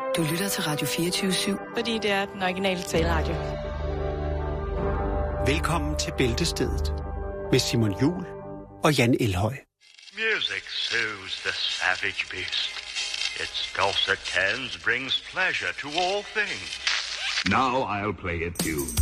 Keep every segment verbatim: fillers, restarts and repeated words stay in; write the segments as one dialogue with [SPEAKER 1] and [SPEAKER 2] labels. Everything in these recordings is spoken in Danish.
[SPEAKER 1] Du lytter til Radio fireogtyve syv.
[SPEAKER 2] Fordi det er den originale taleradio.
[SPEAKER 3] Velkommen til Bæltestedet med Simon Juhl og Jan Elhøj.
[SPEAKER 4] Music soothes the savage beast. Its dulcet tones brings pleasure to all things.
[SPEAKER 5] Now I'll play a tune.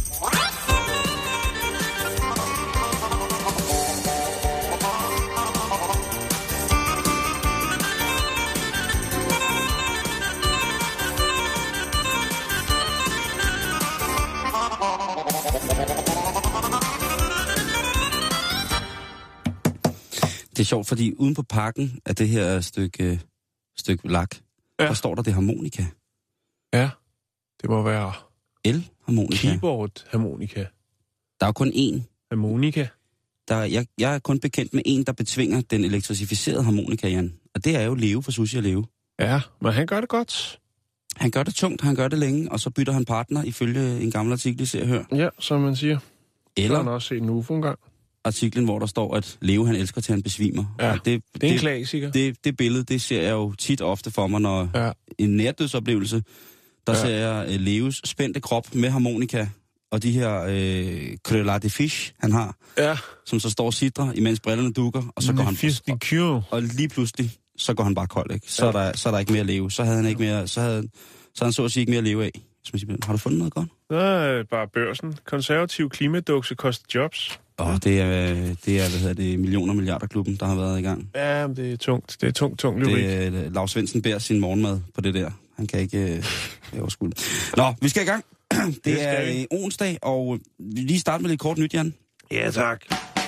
[SPEAKER 6] Det er sjovt, fordi uden på pakken af det her stykke, stykke lak, ja. Der står der det harmonika.
[SPEAKER 7] Ja, det må være...
[SPEAKER 6] El-harmonika.
[SPEAKER 7] Keyboard-harmonika.
[SPEAKER 6] Der er jo kun én.
[SPEAKER 7] Harmonika.
[SPEAKER 6] Der, jeg, jeg er kun bekendt med en, der betvinger den elektrificerede harmonika, Jan. Og det er jo Leo for Sushi og Leo.
[SPEAKER 7] Ja, men han gør det godt.
[SPEAKER 6] Han gør det tungt, han gør det længe, og så bytter han partner ifølge en gammel artikel, jeg ser her.
[SPEAKER 7] Ja, som man siger.
[SPEAKER 6] Eller
[SPEAKER 7] han også set en U F O en gang.
[SPEAKER 6] Artiklen, hvor der står, at Leo han elsker til han besvimer.
[SPEAKER 7] Ja,
[SPEAKER 6] det,
[SPEAKER 7] det er en det, klassiker.
[SPEAKER 6] Det, det billede, det ser jeg jo tit ofte for mig, når
[SPEAKER 7] ja.
[SPEAKER 6] en nærdødsoplevelse, der ja. ser jeg uh, Leos spændte krop med harmonika, og de her øh, krøller de fish, han har,
[SPEAKER 7] ja.
[SPEAKER 6] som så står og sidder, imens brillerne dukker, og så går han... Og, og lige pludselig, så går han bare kold, ikke? Så, ja. er der, så er der ikke mere at leve. Så havde han ikke mere... Så havde, så havde han så at sige ikke mere at leve af. Har du fundet noget godt?
[SPEAKER 7] Nej, bare børsen. Konservativ klimadukse koster jobs.
[SPEAKER 6] Åh, oh, det er, det er, hvad hedder det, millioner milliarder klubben, der har været i gang.
[SPEAKER 7] Ja, men det er tungt. Det er tungt, tungt lyrik.
[SPEAKER 6] Det er, Lars Svendsen bærer sin morgenmad på det der. Han kan ikke øh, overskue. Nå, vi skal i gang. Det, det er øh, onsdag, og vi lige starte med lidt kort nyt, Jan.
[SPEAKER 7] Ja, tak.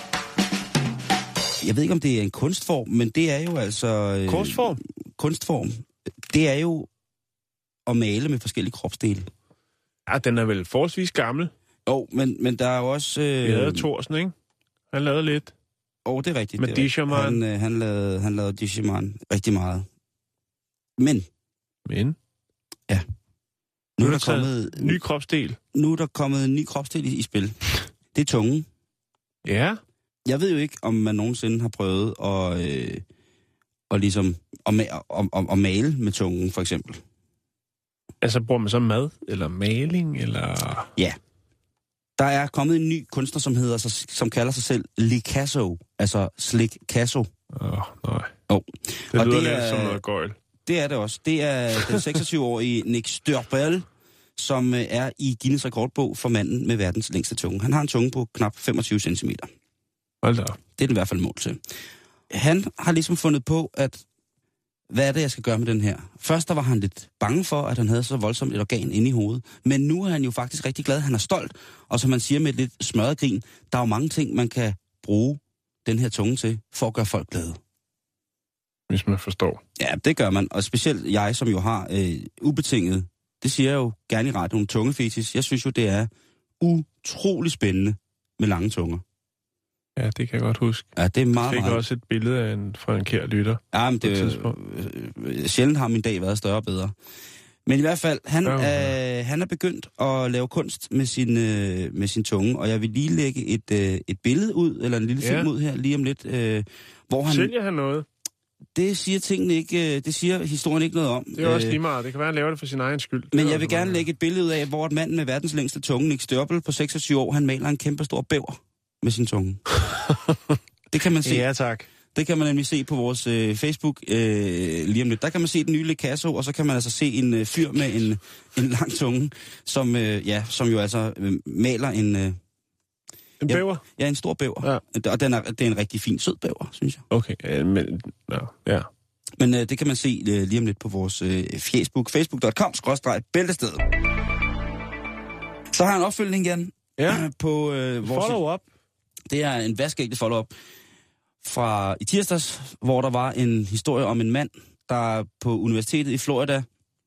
[SPEAKER 6] Jeg ved ikke, om det er en kunstform, men det er jo altså... Øh,
[SPEAKER 7] kunstform?
[SPEAKER 6] Kunstform. Det er jo at male med forskellige kropsdele.
[SPEAKER 7] Ja, den er vel forholdsvis gammel.
[SPEAKER 6] Jo, oh, men, men der er jo også... Øh,
[SPEAKER 7] vi havde Thorsen, ikke? Han lavede lidt.
[SPEAKER 6] Åh, oh, det er rigtigt.
[SPEAKER 7] Med Dischermann.
[SPEAKER 6] Han, øh, han lavede, han lavede Dischermann rigtig meget. Men...
[SPEAKER 7] Men?
[SPEAKER 6] Ja.
[SPEAKER 7] Nu, nu er der kommet... Ny kropsdel.
[SPEAKER 6] Nu er der kommet en ny kropsdel i, i spil. Det er tungen.
[SPEAKER 7] Ja.
[SPEAKER 6] Jeg ved jo ikke, om man nogensinde har prøvet at, øh, at, ligesom, at, ma- at, at, at male med tungen, for eksempel.
[SPEAKER 7] Altså, bruger man så mad, eller maling, eller...
[SPEAKER 6] Ja. Der er kommet en ny kunstner, som hedder, som kalder sig selv Licasso, altså Slick Casso.
[SPEAKER 7] Åh, oh, nej.
[SPEAKER 6] Oh.
[SPEAKER 7] Det
[SPEAKER 6] og
[SPEAKER 7] lyder
[SPEAKER 6] det
[SPEAKER 7] lidt
[SPEAKER 6] er,
[SPEAKER 7] som noget gøjl.
[SPEAKER 6] Det er det også. Det er den seksogtyve-årige Nick Størbel, som er i Guinness rekordbog for manden med verdens længste tunge. Han har en tunge på knap femogtyve centimeter.
[SPEAKER 7] Hold da.
[SPEAKER 6] Det er den i hvert fald mål til. Han har ligesom fundet på, at hvad er det, jeg skal gøre med den her? Først der var han lidt bange for, at han havde så voldsomt et organ inde i hovedet. Men nu er han jo faktisk rigtig glad. Han er stolt. Og som man siger med et lidt smørret grin, der er jo mange ting, man kan bruge den her tunge til, for at gøre folk glade.
[SPEAKER 7] Hvis man forstår.
[SPEAKER 6] Ja, det gør man. Og specielt jeg, som jo har øh, ubetinget, det siger jeg jo gerne i radioen, tungefetis. Jeg synes jo, det er utrolig spændende med lange tunger.
[SPEAKER 7] Ja, det kan jeg godt huske.
[SPEAKER 6] Ja, det er meget,
[SPEAKER 7] jeg fik
[SPEAKER 6] meget...
[SPEAKER 7] også et billede af en, fra en kær lytter.
[SPEAKER 6] Ja, men det øh, sjældent har min dag været større og bedre. Men i hvert fald, han, ja, øh, han er begyndt at lave kunst med sin, øh, med sin tunge, og jeg vil lige lægge et, øh, et billede ud, eller en lille ja. film ud her, lige om lidt, øh, hvor han...
[SPEAKER 7] Sælger han noget?
[SPEAKER 6] Det siger tingene ikke, øh, det siger historien ikke noget om.
[SPEAKER 7] Det er også lige meget. Det kan være, at han laver det for sin egen skyld.
[SPEAKER 6] Men jeg vil gerne meget. lægge et billede ud af, hvor et mand med verdens længste tunge, Nick Størbel, på seksogtyve år, han maler en kæmpe stor bæver med sin tunge. Det kan man se.
[SPEAKER 7] Ja, tak.
[SPEAKER 6] Det kan man nemlig se på vores øh, Facebook øh, lige om lidt. Der kan man se den nye Licasso, og så kan man altså se en øh, fyr med en, en lang tunge, som, øh, ja, som jo altså øh, maler en... Øh,
[SPEAKER 7] en bæver?
[SPEAKER 6] Ja, en stor bæver. Ja. Og den er, det er en rigtig fin, sød bæver, synes jeg.
[SPEAKER 7] Okay, ja, men... No, ja.
[SPEAKER 6] Men øh, det kan man se øh, lige om lidt på vores øh, Facebook. facebook punktum com skråstreg bæltested. Så har jeg en opfølgning igen.
[SPEAKER 7] Ja.
[SPEAKER 6] Øh, på øh, vores...
[SPEAKER 7] Follow-up.
[SPEAKER 6] Det er en vaskeægte follow-up fra i tirsdags, hvor der var en historie om en mand, der på universitetet i Florida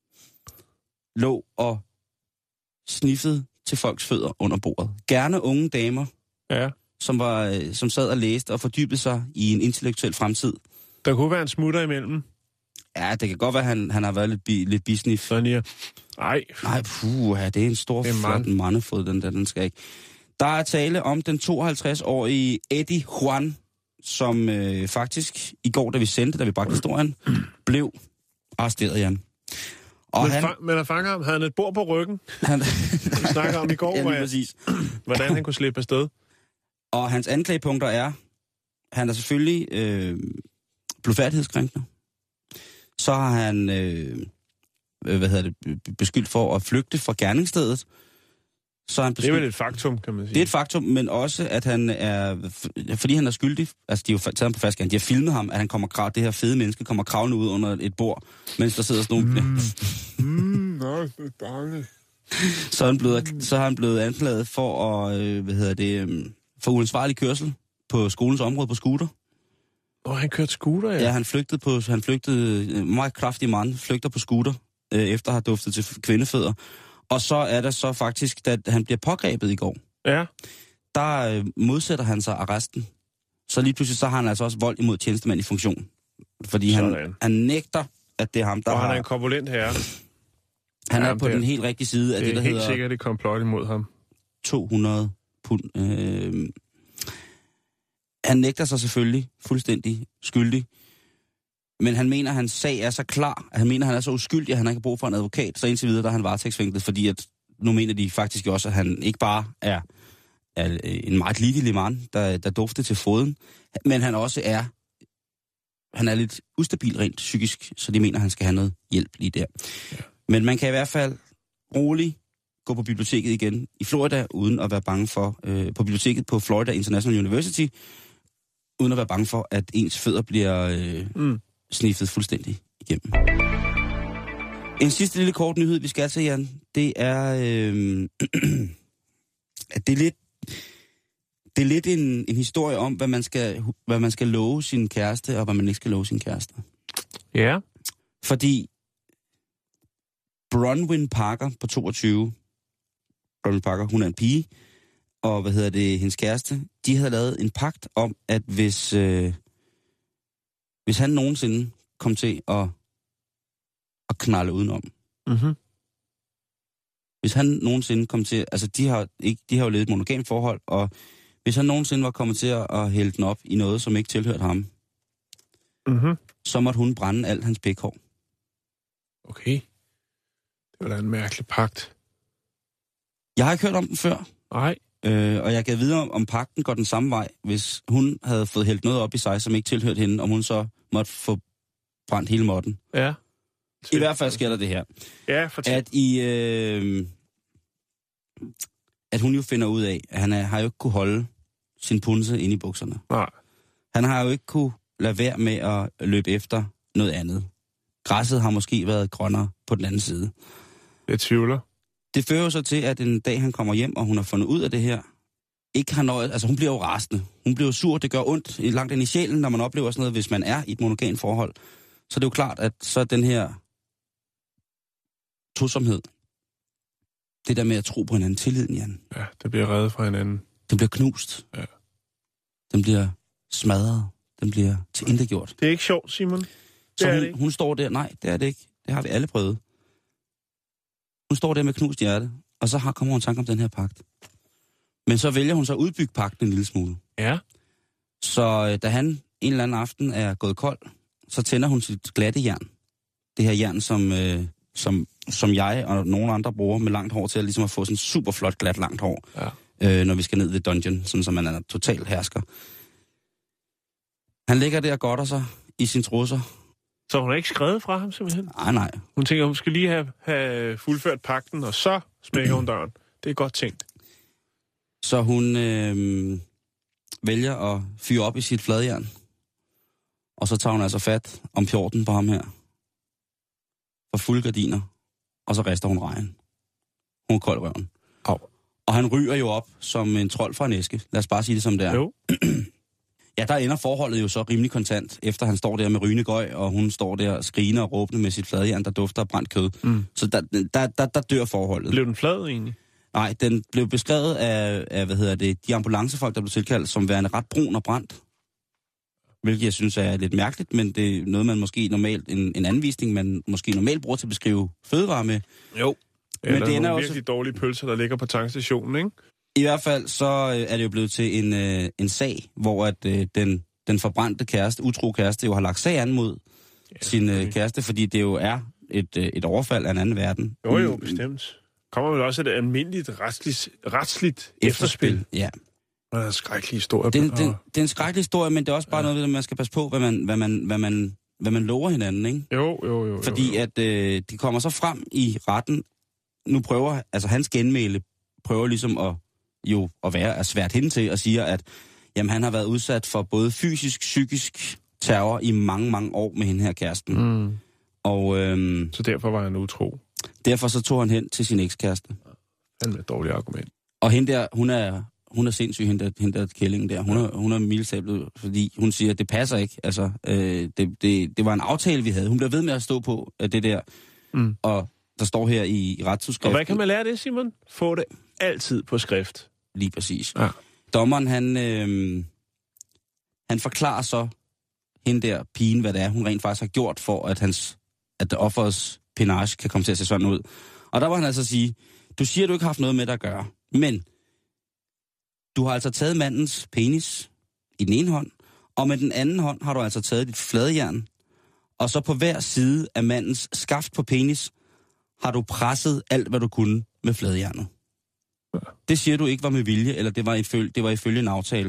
[SPEAKER 6] lå og sniffede til folks fødder under bordet. Gerne unge damer,
[SPEAKER 7] ja.
[SPEAKER 6] som, var, som sad og læste og fordybede sig i en intellektuel fremtid.
[SPEAKER 7] Der kunne være en smutter imellem.
[SPEAKER 6] Ja, det kan godt være, at han, han har været lidt, bi, lidt bisnif.
[SPEAKER 7] Sådan ja. Ej.
[SPEAKER 6] Nej, puh, ja, det er en stor,
[SPEAKER 7] det er
[SPEAKER 6] flot mandefod, den der, den skal ikke. Der er tale om den tooghalvtreds-årige Eddie Juan, som øh, faktisk i går, da vi sendte, da vi bragte historien, blev arresteret, Jan. Og
[SPEAKER 7] men,
[SPEAKER 6] han,
[SPEAKER 7] fa- men at fange ham, havde han et bord på ryggen?
[SPEAKER 6] han,
[SPEAKER 7] Vi snakker om i går,
[SPEAKER 6] ja, lige
[SPEAKER 7] ja,
[SPEAKER 6] præcis.
[SPEAKER 7] hvordan han kunne slippe afsted.
[SPEAKER 6] Og hans anklagepunkter er, han er selvfølgelig øh, blufærdighedskrænkende. Så har han øh, hvad hedder det, beskyldt for at flygte fra gerningsstedet. Så han
[SPEAKER 7] det er vel et faktum, kan man sige.
[SPEAKER 6] Det er et faktum, men også, at han er, fordi han er skyldig, altså de har jo taget ham på fast gang, de har filmet ham, at han kommer krav, det her fede menneske kommer kravende ud under et bord, mens der sidder sådan nogle...
[SPEAKER 7] Mm. mm, nej, det er bange.
[SPEAKER 6] Så er han blevet, så har han blevet anklaget for at, øh, hvad hedder det, øh, for uansvarlig kørsel på skolens område på scooter.
[SPEAKER 7] Åh, oh, han kørte scooter, ja.
[SPEAKER 6] Ja, han flygtede på, han flygtede, meget kraftig mand, flygter på scooter, øh, efter at have duftet til kvindefødder. Og så er der så faktisk, da han bliver pågrebet i går,
[SPEAKER 7] ja.
[SPEAKER 6] der øh, modsætter han sig arresten. Så lige pludselig så har han altså også vold imod tjenestemand i funktion. Fordi han, han nægter, at det er ham, der
[SPEAKER 7] og
[SPEAKER 6] har...
[SPEAKER 7] han er en korpulent herre.
[SPEAKER 6] Han
[SPEAKER 7] ja,
[SPEAKER 6] er på
[SPEAKER 7] det,
[SPEAKER 6] den helt rigtige side af det,
[SPEAKER 7] det
[SPEAKER 6] der
[SPEAKER 7] hedder...
[SPEAKER 6] hedder...
[SPEAKER 7] Det er helt sikkert et komplot imod ham.
[SPEAKER 6] to hundrede pund. Øh, han nægter sig selvfølgelig fuldstændig skyldig. Men han mener, at hans sag er så klar, at han mener, at han er så uskyldig, at han ikke har brug for en advokat. Så indtil videre, der er han varetægtsfængslet, fordi at nu mener de faktisk også, at han ikke bare er, er en meget lidelig mand, der, der dufter til foden, men han også er, han er lidt ustabil rent psykisk, så de mener, at han skal have noget hjælp lige der. Ja. Men man kan i hvert fald roligt gå på biblioteket igen i Florida, uden at være bange for, øh, på biblioteket på Florida International University, uden at være bange for, at ens fødder bliver øh, mm. sniffet fuldstændig igennem. En sidste lille kort nyhed, vi skal til, Jan, det er, øh, at det er lidt, det er lidt en, en historie om, hvad man, skal, hvad man skal love sin kæreste, og hvad man ikke skal love sin kæreste.
[SPEAKER 7] Ja. Yeah.
[SPEAKER 6] Fordi Bronwyn Parker på toogtyve, Bronwyn Parker, hun er en pige, og hvad hedder det, hendes kæreste, de havde lavet en pagt om, at hvis, øh, hvis han nogensinde kom til at, at knalde udenom,
[SPEAKER 7] mm-hmm.
[SPEAKER 6] hvis han nogensinde kom til, altså de har, ikke, de har jo levet et monogamt forhold, og hvis han nogensinde var kommet til at, at hælde den op i noget, som ikke tilhørte ham,
[SPEAKER 7] mm-hmm.
[SPEAKER 6] så måtte hun brænde alt hans pækhår.
[SPEAKER 7] Okay. Det var da en mærkelig pagt.
[SPEAKER 6] Jeg har ikke hørt om den før.
[SPEAKER 7] Nej.
[SPEAKER 6] Øh, og jeg kan vide, om, om pagten går den samme vej, hvis hun havde fået hældt noget op i sig, som ikke tilhørte hende, om hun så måtte få brændt hele måtten.
[SPEAKER 7] Ja.
[SPEAKER 6] I hvert fald sker der det her.
[SPEAKER 7] Ja, fortæl.
[SPEAKER 6] At, I, øh, at hun jo finder ud af, at han er, har jo ikke kunne holde sin punse inde i bukserne.
[SPEAKER 7] Nej.
[SPEAKER 6] Han har jo ikke kunne lade være med at løbe efter noget andet. Græsset har måske været grønnere på den anden side.
[SPEAKER 7] Jeg tvivler.
[SPEAKER 6] Det fører jo så til, at en dag han kommer hjem, og hun har fundet ud af det her, ikke har noget, altså hun bliver jo rasende. Hun bliver jo sur, det gør ondt langt ind i sjælen, når man oplever sådan noget, hvis man er i et monogamt forhold. Så det er jo klart, at så den her tosomhed, det der med at tro på hinanden, tilliden, Jan.
[SPEAKER 7] Ja, det bliver reddet fra hinanden.
[SPEAKER 6] Den bliver knust.
[SPEAKER 7] Ja.
[SPEAKER 6] Den bliver smadret. Den bliver tilintetgjort.
[SPEAKER 7] Det er ikke sjovt, Simon. Det
[SPEAKER 6] så
[SPEAKER 7] er
[SPEAKER 6] hun,
[SPEAKER 7] det ikke.
[SPEAKER 6] hun står der, nej, det er det ikke. Det har vi alle prøvet. Hun står der med knust hjerte, og så har, kommer hun en tanke om den her pagt. Men så vælger hun så at udbygge pagten en lille smule.
[SPEAKER 7] Ja.
[SPEAKER 6] Så øh, da han en eller anden aften er gået kold, så tænder hun sit glatte jern. Det her jern, som, øh, som, som jeg og nogle andre bruger med langt hår til at, ligesom at få sådan super flot, glat, langt hår,
[SPEAKER 7] ja.
[SPEAKER 6] øh, når vi skal ned ved dungeon, sådan som man er total hersker. Han ligger der og godter sig i sin trusser.
[SPEAKER 7] Så hun har ikke skrevet fra ham, simpelthen?
[SPEAKER 6] Nej, nej.
[SPEAKER 7] Hun tænker, hun skal lige have, have fuldført pagten, og så smækker hun døren. Det er godt tænkt.
[SPEAKER 6] Så hun øh, vælger at fyre op i sit fladjern. Og så tager hun altså fat om fjorten på ham her. For fulde gardiner. Og så rister hun rejen. Hun er kold i røven.
[SPEAKER 7] Au.
[SPEAKER 6] Og han ryger jo op som en trold fra en æske. Lad os bare sige det som det er.
[SPEAKER 7] Jo.
[SPEAKER 6] Ja, der ender forholdet jo så rimelig kontant, efter han står der med rygende gøj, og hun står der skrigende og råbende med sit fladjern, der dufter af brændt kød. Mm. Så der, der, der, der dør forholdet.
[SPEAKER 7] Blev den flad egentlig?
[SPEAKER 6] Nej, den blev beskrevet af, af, hvad hedder det, de ambulancefolk, der blev tilkaldt, som værende ret brun og brændt. Hvilket jeg synes er lidt mærkeligt, men det er noget, man måske normalt, en, en anvisning, man måske normalt bruger til at beskrive fødevarer med.
[SPEAKER 7] Jo.
[SPEAKER 6] Men
[SPEAKER 7] Eller
[SPEAKER 6] det ender
[SPEAKER 7] nogle
[SPEAKER 6] også
[SPEAKER 7] virkelig dårlige pølser, der ligger på tankstationen, ikke?
[SPEAKER 6] I hvert fald så er det jo blevet til en, øh, en sag, hvor at øh, den, den forbrændte kæreste, utro kæreste, jo har lagt sag an mod ja, sin øh, kæreste, fordi det jo er et, et overfald af en anden verden.
[SPEAKER 7] Jo, jo, bestemt. Kommer vel også et almindeligt retsligt, retsligt efterspil. efterspil.
[SPEAKER 6] Ja.
[SPEAKER 7] Og det er en skrækkelig historie.
[SPEAKER 6] Det, det, det er en skrækkelig historie, men det er også bare ja. noget, man skal passe på, hvad man, hvad man, hvad man, hvad man lover hinanden, ikke?
[SPEAKER 7] Jo, jo, jo.
[SPEAKER 6] Fordi
[SPEAKER 7] jo, jo.
[SPEAKER 6] at øh, de kommer så frem i retten. Nu prøver, altså hans genmæle prøver ligesom at, jo, at være at svært hende til og siger, at jamen, han har været udsat for både fysisk, psykisk terror i mange, mange år med hende her kæresten.
[SPEAKER 7] Mm.
[SPEAKER 6] Og, øhm,
[SPEAKER 7] så derfor var han utro.
[SPEAKER 6] Derfor så tog han hen til sin ekskæreste.
[SPEAKER 7] Han med et dårligt argument.
[SPEAKER 6] Og hende der, hun er, hun er sindssyg, hende der, hende der kællingen der. Hun er, hun er mildestablet, fordi hun siger, at det passer ikke. Altså, øh, det, det, det var en aftale, vi havde. Hun bliver ved med at stå på at det der. Mm. Og der står her i, i retsudskriften.
[SPEAKER 7] Og hvad kan man lære det, Simon? Få det altid på skrift.
[SPEAKER 6] Lige præcis.
[SPEAKER 7] Ja.
[SPEAKER 6] Dommeren, han, øh, han forklarer så hende der pigen, hvad det er, hun rent faktisk har gjort for, at hans, at offerets penage kan komme til at se sådan ud. Og der var han altså sige, du siger, du ikke har haft noget med det at gøre, men du har altså taget mandens penis i den ene hånd, og med den anden hånd har du altså taget dit fladjern, og så på hver side af mandens skaft på penis har du presset alt, hvad du kunne med fladjernet. Ja. Det siger du ikke var med vilje, eller det var ifølge, det var ifølge en aftale.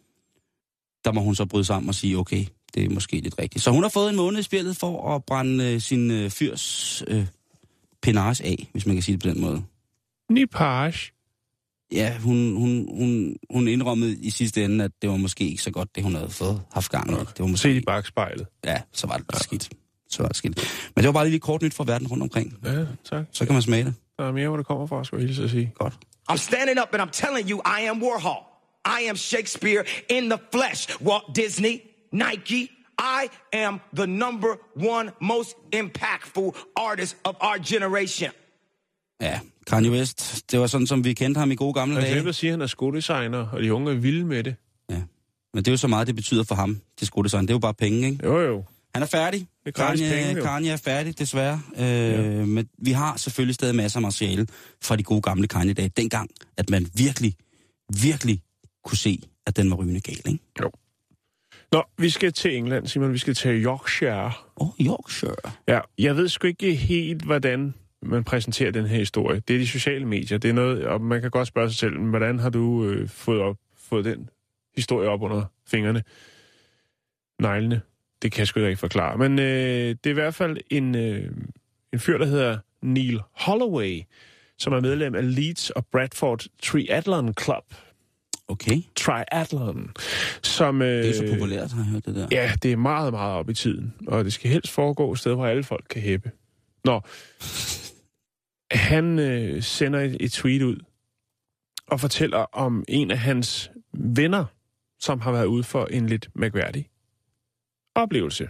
[SPEAKER 6] Der må hun så bryde sammen og sige, okay, det er måske lidt rigtigt. Så hun har fået en måned i spillet for at brænde øh, sin øh, fyrs øh, penage af, hvis man kan sige det på den måde.
[SPEAKER 7] Nipage?
[SPEAKER 6] Ja, hun, hun, hun, hun indrømmede i sidste ende, at det var måske ikke så godt, det hun havde fået haft gang i. Det var måske...
[SPEAKER 7] Se i bagspejlet.
[SPEAKER 6] Ja, så var det ja. skidt. Så var det skidt. Men det var bare lige kort nyt fra verden rundt omkring.
[SPEAKER 7] Ja, tak.
[SPEAKER 6] Så kan man smage det.
[SPEAKER 7] Der er mere, hvor det kommer fra, skulle jeg hilse at sige.
[SPEAKER 6] Godt.
[SPEAKER 8] I'm standing up and I'm telling you, I am Warhol. I am Shakespeare in the flesh. Walt Disney, Nike. I am the number one most impactful artist of our generation.
[SPEAKER 6] Ja, Kanye West. Det var sådan, som vi kendte ham i gode gamle dage.
[SPEAKER 7] Jeg glemte at sige, at han er skodesigner, og de unge er vilde med det.
[SPEAKER 6] Ja, men det er jo så meget, det betyder for ham, det skodesign. Det er jo bare penge, ikke?
[SPEAKER 7] Jo, jo.
[SPEAKER 6] Han er færdig.
[SPEAKER 7] Det er
[SPEAKER 6] Kanye,
[SPEAKER 7] penge,
[SPEAKER 6] Kanye er færdig, desværre. Øh, ja. Men vi har selvfølgelig stadig masser af materiale fra de gode gamle Kanye-dage. Dengang, at man virkelig, virkelig kunne se, at den var rygende gal, ikke?
[SPEAKER 7] Jo. Nå, vi skal til England, Simon. Vi skal til Yorkshire.
[SPEAKER 6] Åh, oh, Yorkshire.
[SPEAKER 7] Ja, jeg ved sgu ikke helt, hvordan man præsenterer den her historie. Det er de sociale medier. Det er noget, og man kan godt spørge sig selv, hvordan har du øh, fået, op, fået den historie op under fingrene? Neglene. Det kan jeg sgu ikke forklare. Men øh, det er i hvert fald en, øh, en fyr, der hedder Neil Holloway, som er medlem af Leeds og Bradford Triathlon Club.
[SPEAKER 6] Okay.
[SPEAKER 7] Triathlon. Som, øh,
[SPEAKER 6] det er så populært, har jeg hørt det der.
[SPEAKER 7] Ja, det er meget, meget op i tiden. Og det skal helst foregå et sted, hvor alle folk kan hæppe. Nå. Han øh, sender et, et tweet ud og fortæller om en af hans venner, som har været ude for en lidt mærkværdig oplevelse.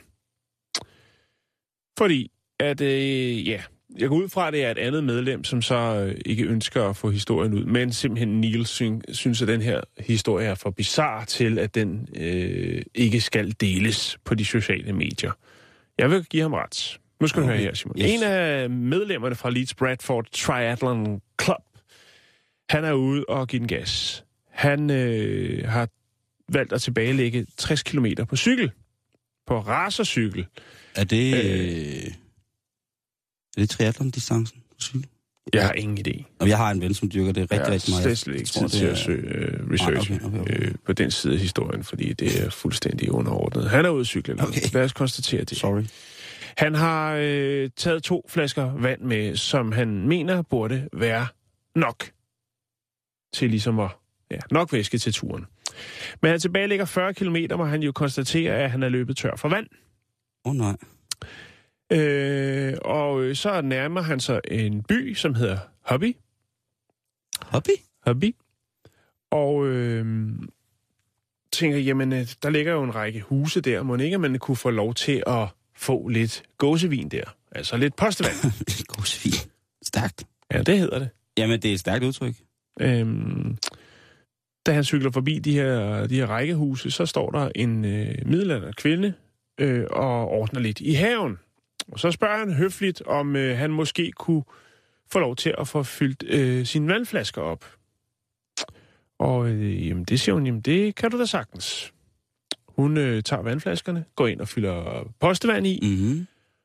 [SPEAKER 7] Fordi, at øh, ja, jeg går ud fra, at det er et andet medlem, som så øh, ikke ønsker at få historien ud, men simpelthen Neil sy- synes, at den her historie er for bizarre til, at den øh, ikke skal deles på de sociale medier. Jeg vil give ham ret. Nu skal du okay. høre her, Simon. Yes. En af medlemmerne fra Leeds Bradford Triathlon Club, han er ude og give den gas. Han øh, har valgt at tilbagelægge tres kilometer på cykel. På racercykel.
[SPEAKER 6] Er det... Øh, er det triathlon-distancen på cykel?
[SPEAKER 7] Jeg har ingen idé.
[SPEAKER 6] Og jeg har en ven, som dyrker det rigtig, rigtig meget.
[SPEAKER 7] Jeg har slet ikke tid til at søge uh, research ah, okay, okay, okay. Uh, på den side af historien, fordi det er fuldstændig underordnet. Han er ude at cykle. Okay. Lad os konstatere det.
[SPEAKER 6] Sorry.
[SPEAKER 7] Han har øh, taget to flasker vand med, som han mener burde være nok til ligesom at... Ja, nok væske til turen. Men han tilbagelægger fyrre kilometer, må han jo konstatere, at han er løbet tør for vand.
[SPEAKER 6] Åh oh, nej.
[SPEAKER 7] Øh, og så nærmer han sig en by, som hedder Hobby.
[SPEAKER 6] Hobby?
[SPEAKER 7] Hobby. Og øh, tænker, jamen, der ligger jo en række huse der. Må ikke, man kunne få lov til at få lidt gåsevin der? Altså lidt postevand.
[SPEAKER 6] Gåsevin. Stærkt.
[SPEAKER 7] Ja, det hedder det.
[SPEAKER 6] Jamen, det er et stærkt udtryk.
[SPEAKER 7] Øhm, da han cykler forbi de her, de her rækkehuse, så står der en øh, middelalder kvinde øh, og ordner lidt i haven. Og så spørger han høfligt, om øh, han måske kunne få lov til at få fyldt øh, sine vandflasker op. Og øh, jamen, det siger hun, jamen det kan du da sagtens. Hun øh, tager vandflaskerne, går ind og fylder postevand i,
[SPEAKER 6] mm-hmm.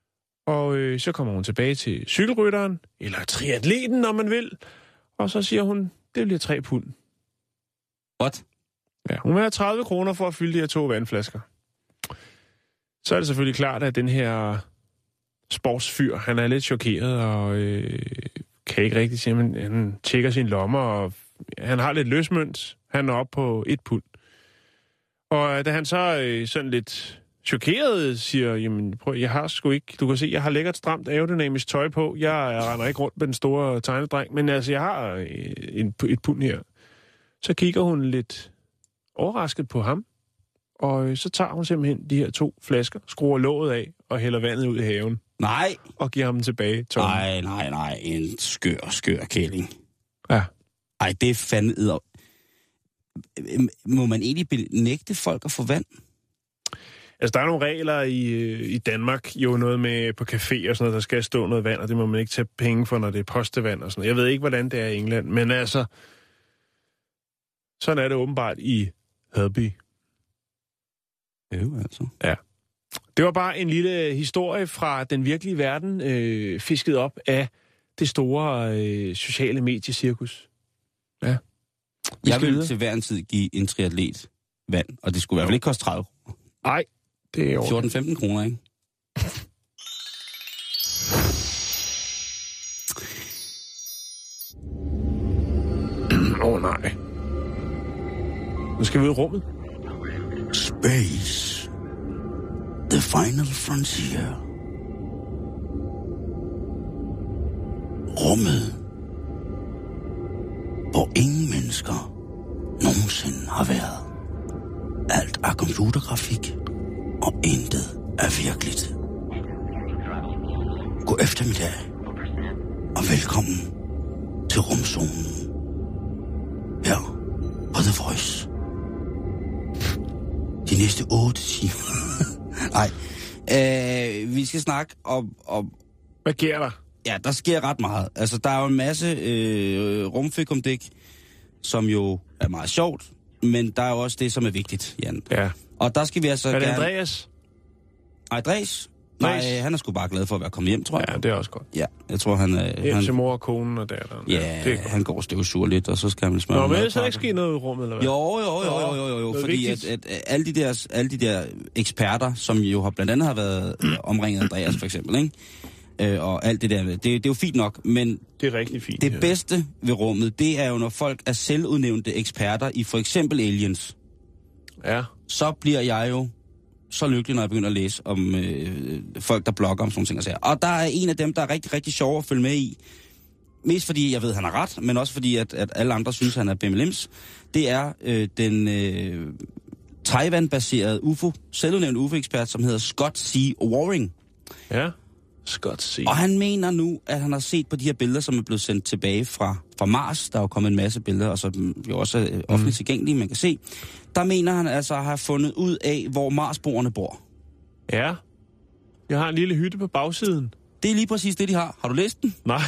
[SPEAKER 7] Og øh, så kommer hun tilbage til cykelrytteren, eller triatleten, når man vil. Og så siger hun, det bliver tre pund.
[SPEAKER 6] What?
[SPEAKER 7] Ja, hun vil have tredive kroner for at fylde de her to vandflasker. Så er det selvfølgelig klart, at den her sportsfyr, han er lidt chokeret, og øh, kan ikke rigtig sige, men han tjekker sin lommer, og han har lidt løsmønt. Han er oppe på et pund. Og da han så øh, sådan lidt chokeret siger, jamen prøv, jeg har sgu ikke, du kan se, jeg har lækkert stramt aerodynamisk tøj på. Jeg render ikke rundt med den store tegnedreng, men altså, jeg har øh, en, et pund her. Så kigger hun lidt overrasket på ham, og øh, så tager hun simpelthen de her to flasker, skruer låget af og hælder vandet ud i haven.
[SPEAKER 6] Nej.
[SPEAKER 7] Og giver ham tilbage tomme.
[SPEAKER 6] Nej, nej, nej. En skør, skør kælling.
[SPEAKER 7] Ja.
[SPEAKER 6] Ej, det er fandme... Må man egentlig nægte folk at få vand?
[SPEAKER 7] Altså, der er nogle regler i, i Danmark, jo noget med på café og sådan noget, der skal stå noget vand, og det må man ikke tage penge for, når det er postevand og sådan noget. Jeg ved ikke, hvordan det er i England, men altså, sådan er det åbenbart i Hadby.
[SPEAKER 6] Jo, altså.
[SPEAKER 7] Ja. Det var bare en lille historie fra den virkelige verden, øh, fisket op af det store øh, sociale mediecirkus. Ja. Vi
[SPEAKER 6] Jeg vil
[SPEAKER 7] videre.
[SPEAKER 6] til hver en tid give en triatlet vand, og det skulle i hvert fald ikke koste tredive kroner.
[SPEAKER 7] Nej, det er jo
[SPEAKER 6] fjorten femten kroner, ikke?
[SPEAKER 7] Åh oh, nej. Nu skal vi ud i rummet.
[SPEAKER 6] Space. The final frontier. Rummet. Hvor ingen mennesker nogensinde har været. Alt er computergrafik, og intet er virkeligt. God eftermiddag, og velkommen til rumzonen. Her på The Voice. De næste otte timer. Nej, øh, vi skal snakke om, om...
[SPEAKER 7] Hvad sker der?
[SPEAKER 6] Ja, der sker ret meget. Altså, der er jo en masse øh, rumfikumdik, som jo er meget sjovt, men der er jo også det, som er vigtigt, Jan.
[SPEAKER 7] Ja.
[SPEAKER 6] Og der skal vi altså
[SPEAKER 7] gerne...
[SPEAKER 6] gerne...
[SPEAKER 7] Er det Andreas?
[SPEAKER 6] Andreas? Nej, han er sgu bare glad for at være kommet hjem, tror jeg.
[SPEAKER 7] Ja, det er også godt.
[SPEAKER 6] Ja, jeg tror, han... Øh,
[SPEAKER 7] Hjem
[SPEAKER 6] han...
[SPEAKER 7] til mor og konen og datteren.
[SPEAKER 6] Ja,
[SPEAKER 7] ja det er
[SPEAKER 6] han går og støvsuger lidt, og så skal han vel smøre...
[SPEAKER 7] Nå, men ellers er der ikke sket noget i rummet, eller hvad?
[SPEAKER 6] Jo, jo, jo, jo, jo, jo, jo fordi at, at, at alle, de der, alle de der eksperter, som jo har blandt andet har været omringet Andreas, for eksempel, ikke? Øh, og alt det der, det, det er jo fint nok, men...
[SPEAKER 7] Det er rigtig fint.
[SPEAKER 6] Det
[SPEAKER 7] ja.
[SPEAKER 6] bedste ved rummet, det er jo, når folk er selvudnævnte eksperter i for eksempel aliens.
[SPEAKER 7] Ja.
[SPEAKER 6] Så bliver jeg jo så lykkelig, når jeg begynder at læse om øh, folk, der blogger om sådan ting og sager. Og der er en af dem, der er rigtig, rigtig sjov at følge med i. Mest fordi, jeg ved, han har ret, men også fordi, at, at alle andre synes, han er bimelims. Det er øh, den øh, Taiwan-baserede U F O, selvudnævnt U F O-ekspert, som hedder Scott C. Waring.
[SPEAKER 7] Ja, Scott C.
[SPEAKER 6] Og han mener nu, at han har set på de her billeder, som er blevet sendt tilbage fra, fra Mars. Der er jo kommet en masse billeder, og så jo også er offentligt mm. tilgængelige, man kan se. Der mener han altså at have fundet ud af, hvor Marsboerne bor.
[SPEAKER 7] Ja. Jeg har en lille hytte på bagsiden.
[SPEAKER 6] Det er lige præcis det, de har. Har du læst den?
[SPEAKER 7] Nej.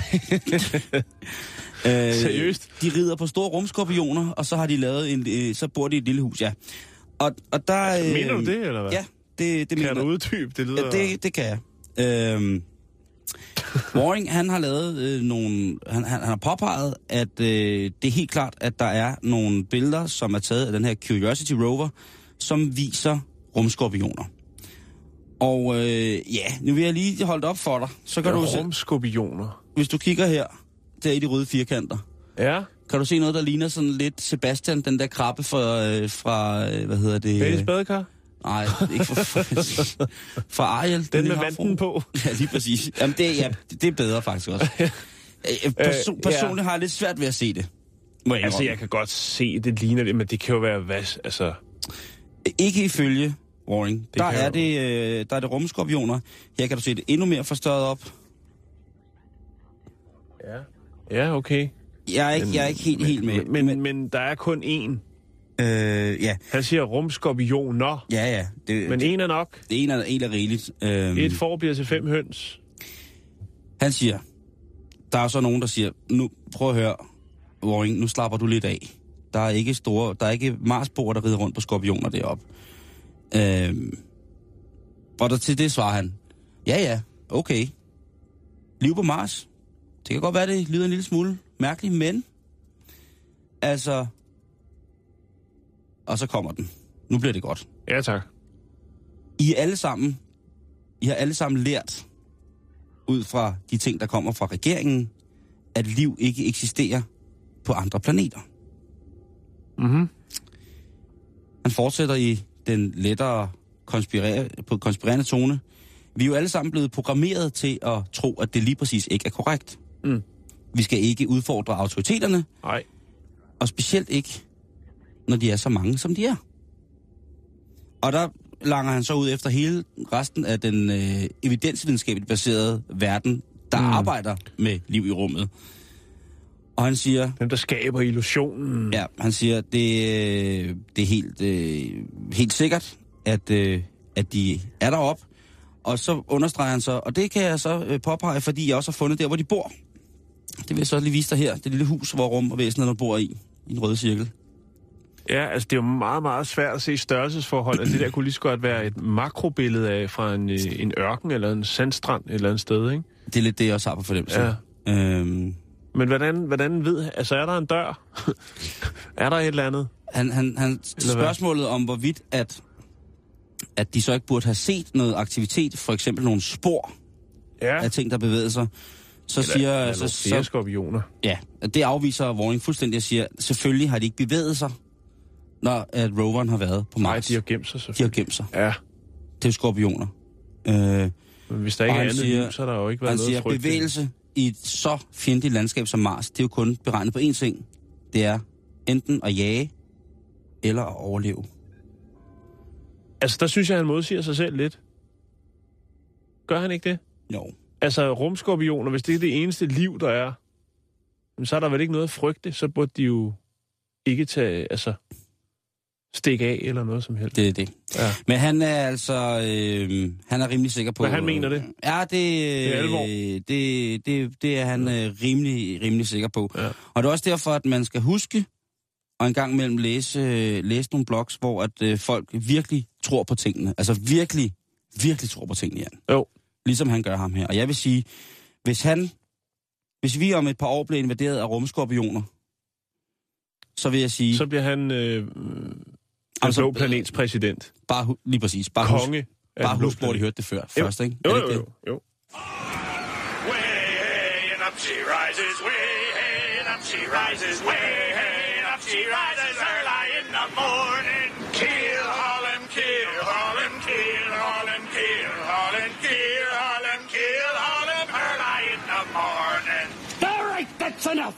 [SPEAKER 6] øh,
[SPEAKER 7] Seriøst?
[SPEAKER 6] De rider på store rumskorpioner, og så har de lavet en, øh, så bor de i et lille hus, ja. Og, og der... Øh,
[SPEAKER 7] mener du det, eller hvad?
[SPEAKER 6] Ja, det, det
[SPEAKER 7] kan
[SPEAKER 6] mener
[SPEAKER 7] du uddybe? Det lyder...
[SPEAKER 6] Ja, det, det kan jeg. Øh, Waring, han har lavet øh, nogle... Han, han, han har påpeget, at øh, det er helt klart, at der er nogle billeder, som er taget af den her Curiosity rover, som viser rumskorpioner. Og øh, ja, nu vil jeg lige holde op for dig. Så kan
[SPEAKER 7] ja,
[SPEAKER 6] du se,
[SPEAKER 7] rumskorpioner.
[SPEAKER 6] hvis du kigger her, der i de røde firkanter,
[SPEAKER 7] ja.
[SPEAKER 6] kan du se noget, der ligner sådan lidt Sebastian, den der krabbe fra, øh, fra øh, hvad hedder det?
[SPEAKER 7] Baileys badekar?
[SPEAKER 6] Nej, ikke fra, fra, fra Ariel.
[SPEAKER 7] Den med vanten på?
[SPEAKER 6] Ja, lige præcis. Jamen, det, ja, det er bedre faktisk også. Perso- personligt ja. har jeg lidt svært ved at se det. Må jeg
[SPEAKER 7] altså, jeg kan godt se, det ligner det, men det kan jo være hvad, altså...
[SPEAKER 6] Ikke ifølge Waring. Der er, jo... det, øh, der er det rumskorpioner. Her kan du se det endnu mere forstørret op.
[SPEAKER 7] Ja, ja okay.
[SPEAKER 6] Jeg er ikke, men, jeg er ikke helt,
[SPEAKER 7] men,
[SPEAKER 6] helt med.
[SPEAKER 7] Men, men, men der er kun én.
[SPEAKER 6] Øh, ja.
[SPEAKER 7] Han siger rumskorpioner.
[SPEAKER 6] Ja, ja.
[SPEAKER 7] Det, men det, en er nok.
[SPEAKER 6] Det ene er, en er rigeligt. Øhm,
[SPEAKER 7] Et får bliver til fem høns.
[SPEAKER 6] Han siger, der er så nogen, der siger, nu prøv at høre, Waring, nu slapper du lidt af. Der er ikke store, der er ikke Marsboer, der rider rundt på skorpioner deroppe. Øhm, og der til det svarer han, ja ja, okay, liv på Mars. Det kan godt være, det lyder en lille smule mærkeligt, men altså, og så kommer den. Nu bliver det godt.
[SPEAKER 7] Ja, tak.
[SPEAKER 6] I er alle sammen, I har alle sammen lært, ud fra de ting, der kommer fra regeringen, at liv ikke eksisterer på andre planeter.
[SPEAKER 7] Mhm.
[SPEAKER 6] Han fortsætter i den lettere konspirere, på konspirerende tone. Vi er jo alle sammen blevet programmeret til at tro, at det lige præcis ikke er korrekt.
[SPEAKER 7] Mm.
[SPEAKER 6] Vi skal ikke udfordre autoriteterne.
[SPEAKER 7] Nej.
[SPEAKER 6] Og specielt ikke, når de er så mange, som de er. Og der langer han så ud efter hele resten af den øh, evidensvidenskabeligt baserede verden, der mm. arbejder med liv i rummet. Og han siger...
[SPEAKER 7] Dem, der skaber illusionen.
[SPEAKER 6] Ja, han siger, det, det er helt, øh, helt sikkert, at, øh, at de er deroppe. Og så understreger han så, og det kan jeg så øh, påpege, fordi jeg også har fundet der, hvor de bor. Det vil jeg så lige vise dig her. Det lille hus, hvor rum og væsenet bor i, i en rød cirkel.
[SPEAKER 7] Ja, altså det er jo meget, meget svært at se størrelsesforhold. Altså det der kunne lige så godt være et makrobillede af fra en, en ørken eller en sandstrand et eller andet sted, ikke?
[SPEAKER 6] Det er lidt det, jeg også har på fornemmelse.
[SPEAKER 7] Ja.
[SPEAKER 6] Øhm,
[SPEAKER 7] Men hvordan, hvordan ved... Altså er der en dør? Er der et eller andet?
[SPEAKER 6] Han, han, han spørgsmålet om, hvorvidt at, at de så ikke burde have set noget aktivitet, for eksempel nogle spor
[SPEAKER 7] ja.
[SPEAKER 6] af ting, der bevæger sig, så
[SPEAKER 7] eller,
[SPEAKER 6] siger...
[SPEAKER 7] eller
[SPEAKER 6] så,
[SPEAKER 7] så, skorpioner.
[SPEAKER 6] Ja, det afviser Warning fuldstændig og siger, selvfølgelig har de ikke bevæget sig, når at roveren har været på Mars.
[SPEAKER 7] Nej, de har gemt sig selvfølgelig.
[SPEAKER 6] De har gemt sig.
[SPEAKER 7] Ja.
[SPEAKER 6] Det er skorpioner. Øh,
[SPEAKER 7] Men hvis der ikke er andet
[SPEAKER 6] siger,
[SPEAKER 7] liv, så har der jo ikke været
[SPEAKER 6] han
[SPEAKER 7] noget
[SPEAKER 6] siger,
[SPEAKER 7] frygt.
[SPEAKER 6] bevægelse i et så fjendtligt landskab som Mars, det er jo kun beregnet på én ting. Det er enten at jage, eller at overleve.
[SPEAKER 7] Altså, der synes jeg, han modsiger sig selv lidt. Gør han ikke det?
[SPEAKER 6] Jo.
[SPEAKER 7] Altså, rumskorpioner, hvis det er det eneste liv, der er, så er der vel ikke noget at frygte, så burde de jo ikke tage, altså, stikke af eller noget som helst.
[SPEAKER 6] Det er det. Ja. Men han er altså, øh, han er rimelig sikker på...
[SPEAKER 7] Men han mener det?
[SPEAKER 6] Ja, det,
[SPEAKER 7] det er alvor.
[SPEAKER 6] Det, det, det er han ja. øh, rimelig, rimelig sikker på.
[SPEAKER 7] Ja.
[SPEAKER 6] Og det er også derfor, at man skal huske, og en gang imellem læse, øh, læse nogle blogs, hvor at øh, folk virkelig tror på tingene. Altså virkelig, virkelig tror på tingene, Jan.
[SPEAKER 7] Jo.
[SPEAKER 6] Ligesom han gør ham her. Og jeg vil sige, hvis han, hvis vi om et par år bliver invaderet af rumskorpioner, så vil jeg sige...
[SPEAKER 7] Så bliver han øh, den blå planets præsident.
[SPEAKER 6] Bare lige præcis. Bare
[SPEAKER 7] Konge.
[SPEAKER 6] Husk, bare husk, hvor de hørte det før.
[SPEAKER 7] Jo.
[SPEAKER 6] Først, ikke?
[SPEAKER 7] Jo,
[SPEAKER 6] jo,
[SPEAKER 7] jo, jo. jo.
[SPEAKER 4] Way, hey, and up she rises. Way, hey, and up she rises. Way, hey, and up she rises. Early in the morning. Kill, Harlem, kill, Harlem, kill, Harlem, kill, Harlem, kill, Harlem, kill, Harlem. Early in the morning.
[SPEAKER 3] All right, that's enough.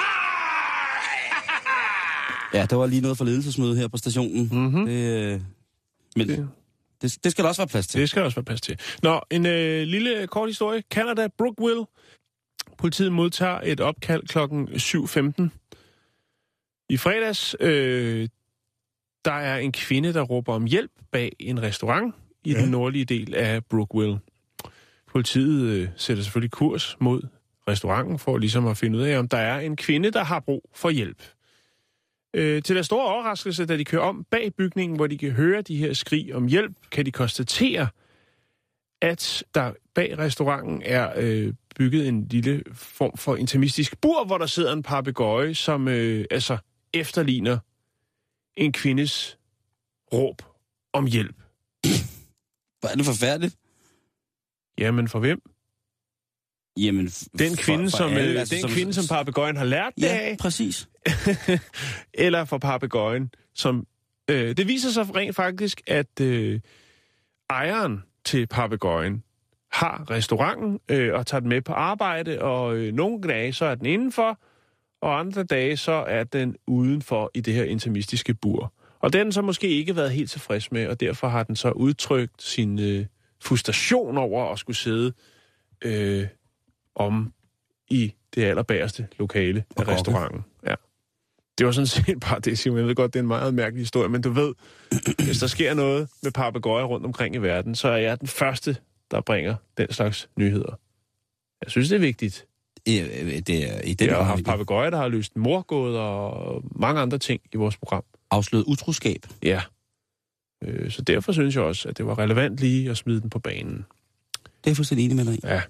[SPEAKER 6] Ja, der var lige noget for ledelsesmøde her på stationen.
[SPEAKER 7] Mm-hmm.
[SPEAKER 6] Det, men det. Det, det skal der også være plads til.
[SPEAKER 7] Det skal der også være plads til. Nå, en øh, lille kort historie. Canada, Brookville. Politiet modtager et opkald klokken syv femten. I fredags, øh, der er en kvinde, der råber om hjælp bag en restaurant i ja. den nordlige del af Brookville. Politiet øh, sætter selvfølgelig kurs mod restauranten for ligesom at finde ud af, om der er en kvinde, der har brug for hjælp. Øh, til deres store overraskelse, da de kører om bag bygningen, hvor de kan høre de her skrig om hjælp, kan de konstatere, at der bag restauranten er øh, bygget en lille form for intimistisk bur, hvor der sidder en papegøje, som øh, altså efterligner en kvindes råb om hjælp.
[SPEAKER 6] Hvor er det forfærdeligt?
[SPEAKER 7] Jamen, for hvem?
[SPEAKER 6] Jamen,
[SPEAKER 7] den kvinde,
[SPEAKER 6] for, for
[SPEAKER 7] som,
[SPEAKER 6] alle,
[SPEAKER 7] øh,
[SPEAKER 6] altså,
[SPEAKER 7] den
[SPEAKER 6] som,
[SPEAKER 7] kvinde, som papegøjen har lært det
[SPEAKER 6] ja,
[SPEAKER 7] af.
[SPEAKER 6] Ja, præcis.
[SPEAKER 7] Eller for papegøjen, som... Øh, det viser sig rent faktisk, at øh, ejeren til papegøjen har restauranten øh, og tager den med på arbejde, og øh, nogle dage så er den indenfor, og andre dage så er den udenfor i det her intimistiske bur. Og den har den så måske ikke været helt tilfreds med, og derfor har den så udtrykt sin øh, frustration over at skulle sidde øh, om i det allerbærste lokale af
[SPEAKER 6] okay.
[SPEAKER 7] restauranten. Ja. Det var sådan set bare det, Simon. Jeg ved godt, det er en meget mærkelig historie, men du ved, hvis der sker noget med papegøjer rundt omkring i verden, så er jeg den første, der bringer den slags nyheder. Jeg synes, det er vigtigt.
[SPEAKER 6] Ja, det er i den
[SPEAKER 7] Jeg har haft papegøjer, der har løst mordgåder og mange andre ting i vores program.
[SPEAKER 6] Afsløret utroskab.
[SPEAKER 7] Ja. Øh, så derfor synes jeg også, at det var relevant lige at smide den på banen.
[SPEAKER 6] Det er jeg fuldstændig enig med dig i.
[SPEAKER 7] Ja.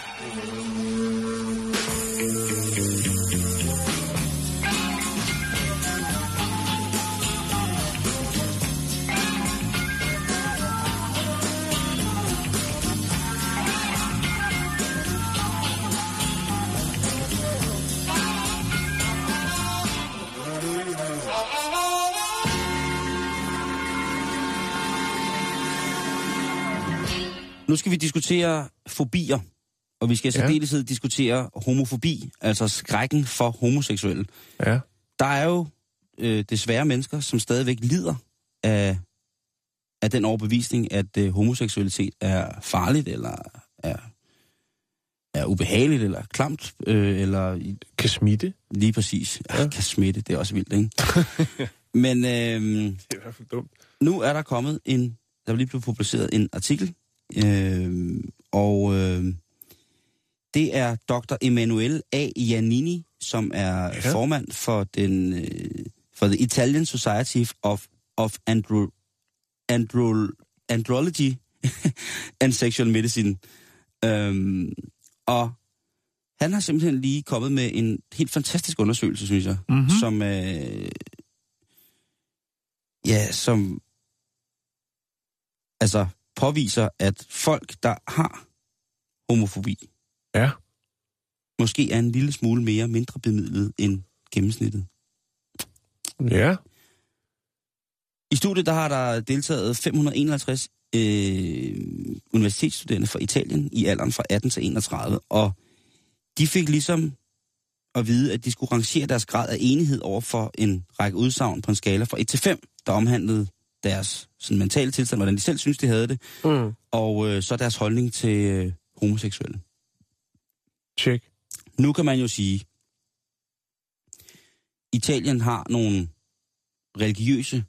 [SPEAKER 6] Nu skal vi diskutere fobier, og vi skal så ja. dels diskutere homofobi, altså skrækken for homoseksuelle.
[SPEAKER 7] Ja.
[SPEAKER 6] Der er jo øh, desværre mennesker, som stadigvæk lider af, af den overbevisning, at øh, homoseksualitet er farligt, eller er, er ubehageligt, eller klamt, øh, eller...
[SPEAKER 7] Kan smitte.
[SPEAKER 6] Lige præcis. Ja. Ja, kan smitte, det er også vildt, ikke? Men øh,
[SPEAKER 7] det er i hvert fald dumt.
[SPEAKER 6] Nu er der kommet en... Der er lige blevet publiceret en artikel, øh, og øh, det er doktor Emanuele A. Giannini, som er ja. formand for den øh, for the Italian Society of of Andro, Andro, Andrology and Sexual Medicine. Øh, og han har simpelthen lige kommet med en helt fantastisk undersøgelse, synes jeg, mm-hmm. som øh, ja, som altså påviser, at folk, der har homofobi,
[SPEAKER 7] ja.
[SPEAKER 6] måske er en lille smule mere mindre bemidlet end gennemsnittet.
[SPEAKER 7] Ja.
[SPEAKER 6] I studiet, der har der deltaget fem hundrede og enoghalvtreds øh, universitetsstuderende fra Italien i alderen fra atten til enogtredive, og de fik ligesom at vide, at de skulle rangere deres grad af enighed over for en række udsagn på en skala fra et til fem, der omhandlede deres sådan, mentale tilstand, hvordan de selv synes, de havde det, mm. og øh, så deres holdning til øh, homoseksuelle.
[SPEAKER 7] Check.
[SPEAKER 6] Nu kan man jo sige, Italien har nogle religiøse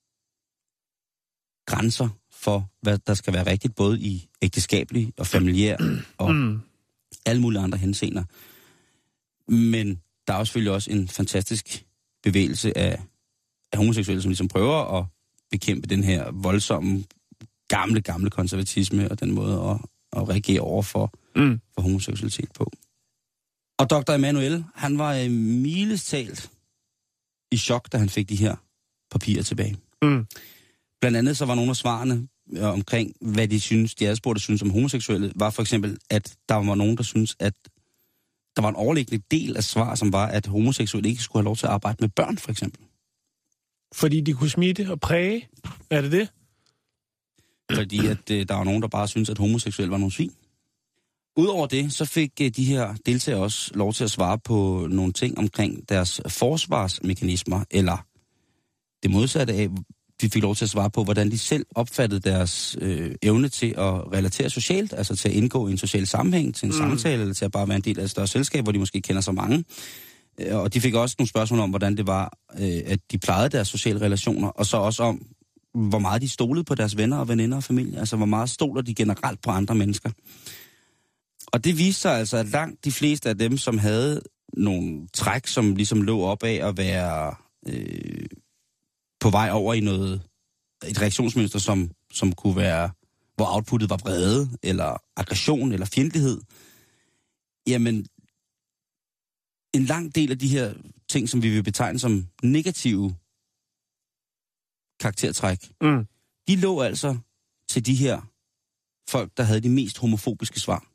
[SPEAKER 6] grænser for, hvad der skal være rigtigt, både i ægteskabelig og familiær og mm. alle mulige andre henseender. Men der er jo selvfølgelig også en fantastisk bevægelse af, af homoseksuelle, som ligesom prøver at bekæmpe den her voldsomme, gamle, gamle konservatisme og den måde at, at reagere over for, mm. for homoseksualitet på. Og doktor Emanuele, han var øh, milestalt i chok, da han fik de her papirer tilbage. Mm. Blandt andet så var nogle af svarene øh, omkring, hvad de synes, de adspurgte synes om homoseksuelle, var for eksempel, at der var nogen, der synes, at der var en overliggende del af svar, som var, at homoseksuelle ikke skulle have lov til at arbejde med børn, for eksempel.
[SPEAKER 7] Fordi de kunne smitte og præge? Er det det?
[SPEAKER 6] Fordi at, øh, der var nogen, der bare synes at homoseksuelle var nogle svin. Udover det, så fik øh, de her deltagere også lov til at svare på nogle ting omkring deres forsvarsmekanismer, eller det modsatte af, de fik lov til at svare på, hvordan de selv opfattede deres øh, evne til at relatere socialt, altså til at indgå i en social sammenhæng, til en mm. samtale, eller til at bare være en del af et større selskab, hvor de måske kender så mange. Og de fik også nogle spørgsmål om, hvordan det var, øh, at de plejede deres sociale relationer, og så også om, hvor meget de stolede på deres venner og veninder og familie, altså hvor meget stoler de generelt på andre mennesker. Og det viste sig altså, at langt de fleste af dem, som havde nogle træk, som ligesom lå op af at være øh, på vej over i noget, et reaktionsmønster, som, som kunne være, hvor outputtet var vrede, eller aggression, eller fjendtlighed, jamen, en lang del af de her ting, som vi vil betegne som negative karaktertræk, mm. de lå altså til de her folk, der havde de mest homofobiske svar.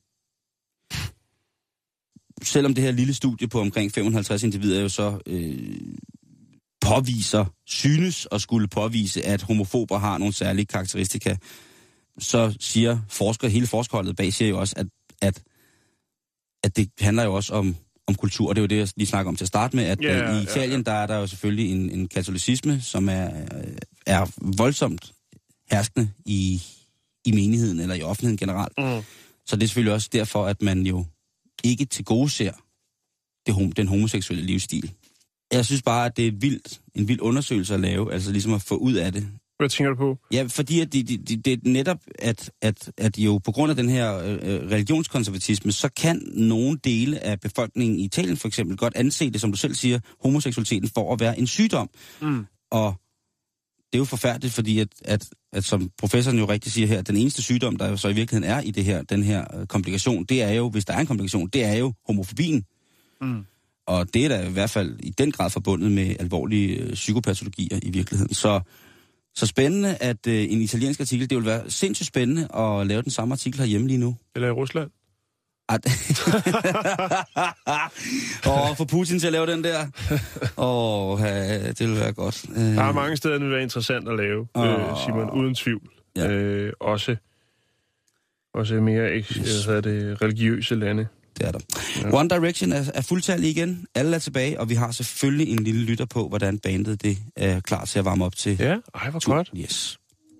[SPEAKER 6] Selvom det her lille studie på omkring fem hundrede og halvtreds individer jo så øh, påviser, synes og skulle påvise, at homofober har nogle særlige karakteristika, så siger forskere, hele forskerholdet bag siger jo også, at, at, at det handler jo også om om kultur, og det er jo det, jeg lige snakker om til at starte med, at yeah, i Italien, yeah, der er der jo selvfølgelig en, en katolicisme, som er, er voldsomt herskende i, i menigheden, eller i offentligheden generelt. Mm. Så det er selvfølgelig også derfor, at man jo ikke tilgodeser det, den homoseksuelle livsstil. Jeg synes bare, at det er vildt, en vild undersøgelse at lave, altså ligesom at få ud af det.
[SPEAKER 7] Hvad tænker du på?
[SPEAKER 6] Ja, fordi at det, det, det er netop, at, at, at jo på grund af den her øh, religionskonservatisme, så kan nogle dele af befolkningen i Italien for eksempel godt anse det, som du selv siger, homoseksualiteten for at være en sygdom. Mm. Og det er jo forfærdeligt, fordi at, at, at som professoren jo rigtig siger her, den eneste sygdom, der jo så i virkeligheden er i det her, den her komplikation, det er jo, hvis der er en komplikation, det er jo homofobien. Mm. Og det er da i hvert fald i den grad forbundet med alvorlige øh, psykopatologier i virkeligheden. Så, så spændende, at øh, en italiensk artikel, det vil være sindssygt spændende at lave den samme artikel herhjemme lige nu.
[SPEAKER 7] Eller i Rusland.
[SPEAKER 6] Åh, oh, for Putin til at lave den der. Åh, oh, ja, det vil være godt.
[SPEAKER 7] Der er mange steder, det vil være interessant at lave, oh. øh, Simon, uden tvivl. Ja. Øh, også, også mere ikke, yes. hvad det, religiøse lande.
[SPEAKER 6] Det er der. Ja. One Direction er, er fuldtallig igen. Alle er tilbage, og vi har selvfølgelig en lille lytter på, hvordan bandet det er klar til at varme op til.
[SPEAKER 7] Ja, ej, hvor tur. Godt.
[SPEAKER 6] Yes.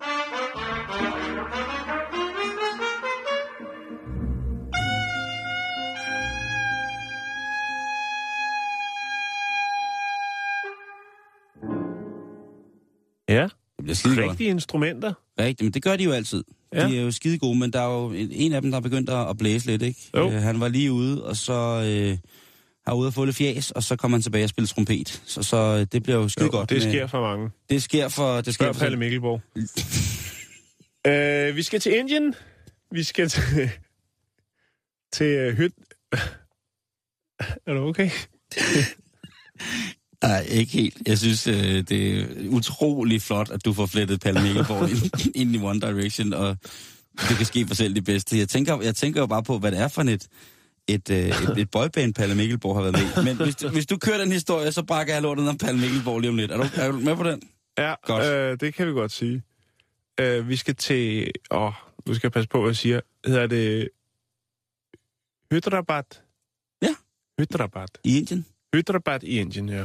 [SPEAKER 7] Ja,
[SPEAKER 6] det bliver skide
[SPEAKER 7] rigtige instrumenter.
[SPEAKER 6] Rigtigt, men det gør de jo altid. Ja. De er jo skide gode, men der er jo en af dem, der er begyndt at blæse lidt, ikke? Øh, han var lige ude, og så øh, har ude at få lidt fjas, og så kommer han tilbage og spiller trompet. Så, så det bliver jo skide jo, godt.
[SPEAKER 7] Det sker med, for mange.
[SPEAKER 6] Det sker for... Det sker
[SPEAKER 7] Spørg
[SPEAKER 6] for
[SPEAKER 7] Palle Mikkelborg. øh, vi skal til Indien. Vi skal til... til uh, hyt... er du okay?
[SPEAKER 6] Nej, ikke helt. Jeg synes, øh, det er utrolig flot, at du får flettet Palle Mikkelborg ind, ind i One Direction, og det kan ske for selv det bedste. Jeg tænker, jeg tænker jo bare på, hvad det er for et, et, et, et boyband, Palle Mikkelborg har været med. Men hvis du, hvis du kører den historie, så brækker jeg lortet om Palle Mikkelborg lige om lidt. Er du, er du med på den?
[SPEAKER 7] Ja, øh, det kan vi godt sige. Øh, vi skal til... Åh, du skal passe på, hvad jeg siger. Hedder det... Hyderabad?
[SPEAKER 6] Ja.
[SPEAKER 7] Hyderabad.
[SPEAKER 6] I Indien?
[SPEAKER 7] Hyderabad i Indien, ja.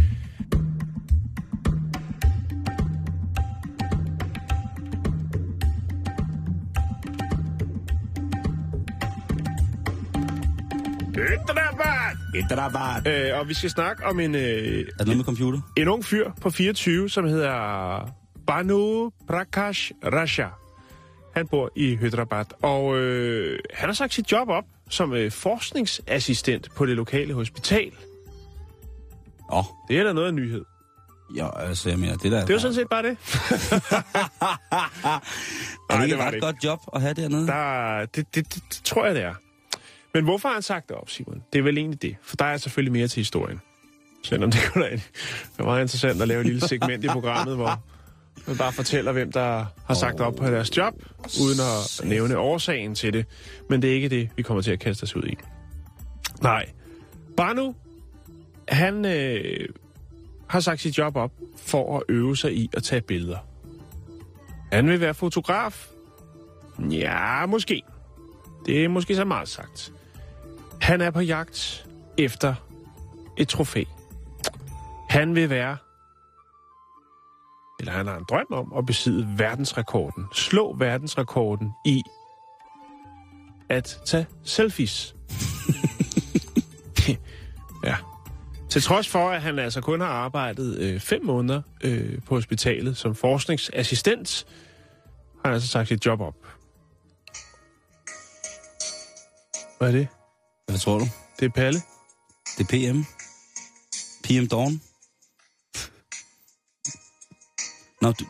[SPEAKER 7] Hyderabad!
[SPEAKER 6] Hyderabad.
[SPEAKER 7] Øh, og vi skal snakke om en... Øh,
[SPEAKER 6] er det noget med computer?
[SPEAKER 7] En ung fyr på fireogtyve, som hedder Banu Prakash Raja. Han bor i Hyderabad, og øh, han har sagt sit job op som øh, forskningsassistent på det lokale hospital.
[SPEAKER 6] Åh. Oh.
[SPEAKER 7] Det er da noget af nyhed.
[SPEAKER 6] Ja, altså, jeg mener, det der...
[SPEAKER 7] Det er jo sådan set bare det.
[SPEAKER 6] Er det ikke et ret godt job at have dernede?
[SPEAKER 7] Der, det, det, det, det tror jeg, det er. Men hvorfor har han sagt det op, Simon? Det er vel egentlig det, for der er selvfølgelig mere til historien. Selvom det kunne da være meget interessant at lave et lille segment i programmet, hvor man bare fortæller, hvem der har sagt op på deres job, uden at nævne årsagen til det. Men det er ikke det, vi kommer til at kaste os ud i. Nej. Banu, han øh, har sagt sit job op for at øve sig i at tage billeder. Han vil være fotograf? Ja, måske. Det er måske så meget sagt. Han er på jagt efter et trofæ. Han vil være, eller han har en drøm om at besidde verdensrekorden. Slå verdensrekorden i at tage selfies. Ja. Til trods for, at han altså kun har arbejdet øh, fem måneder øh, på hospitalet som forskningsassistent, har han altså sagt sit job op. Hvad er det?
[SPEAKER 6] Hvad tror du?
[SPEAKER 7] Det er Palle.
[SPEAKER 6] Det er P M. P M Dawn. Nå, du...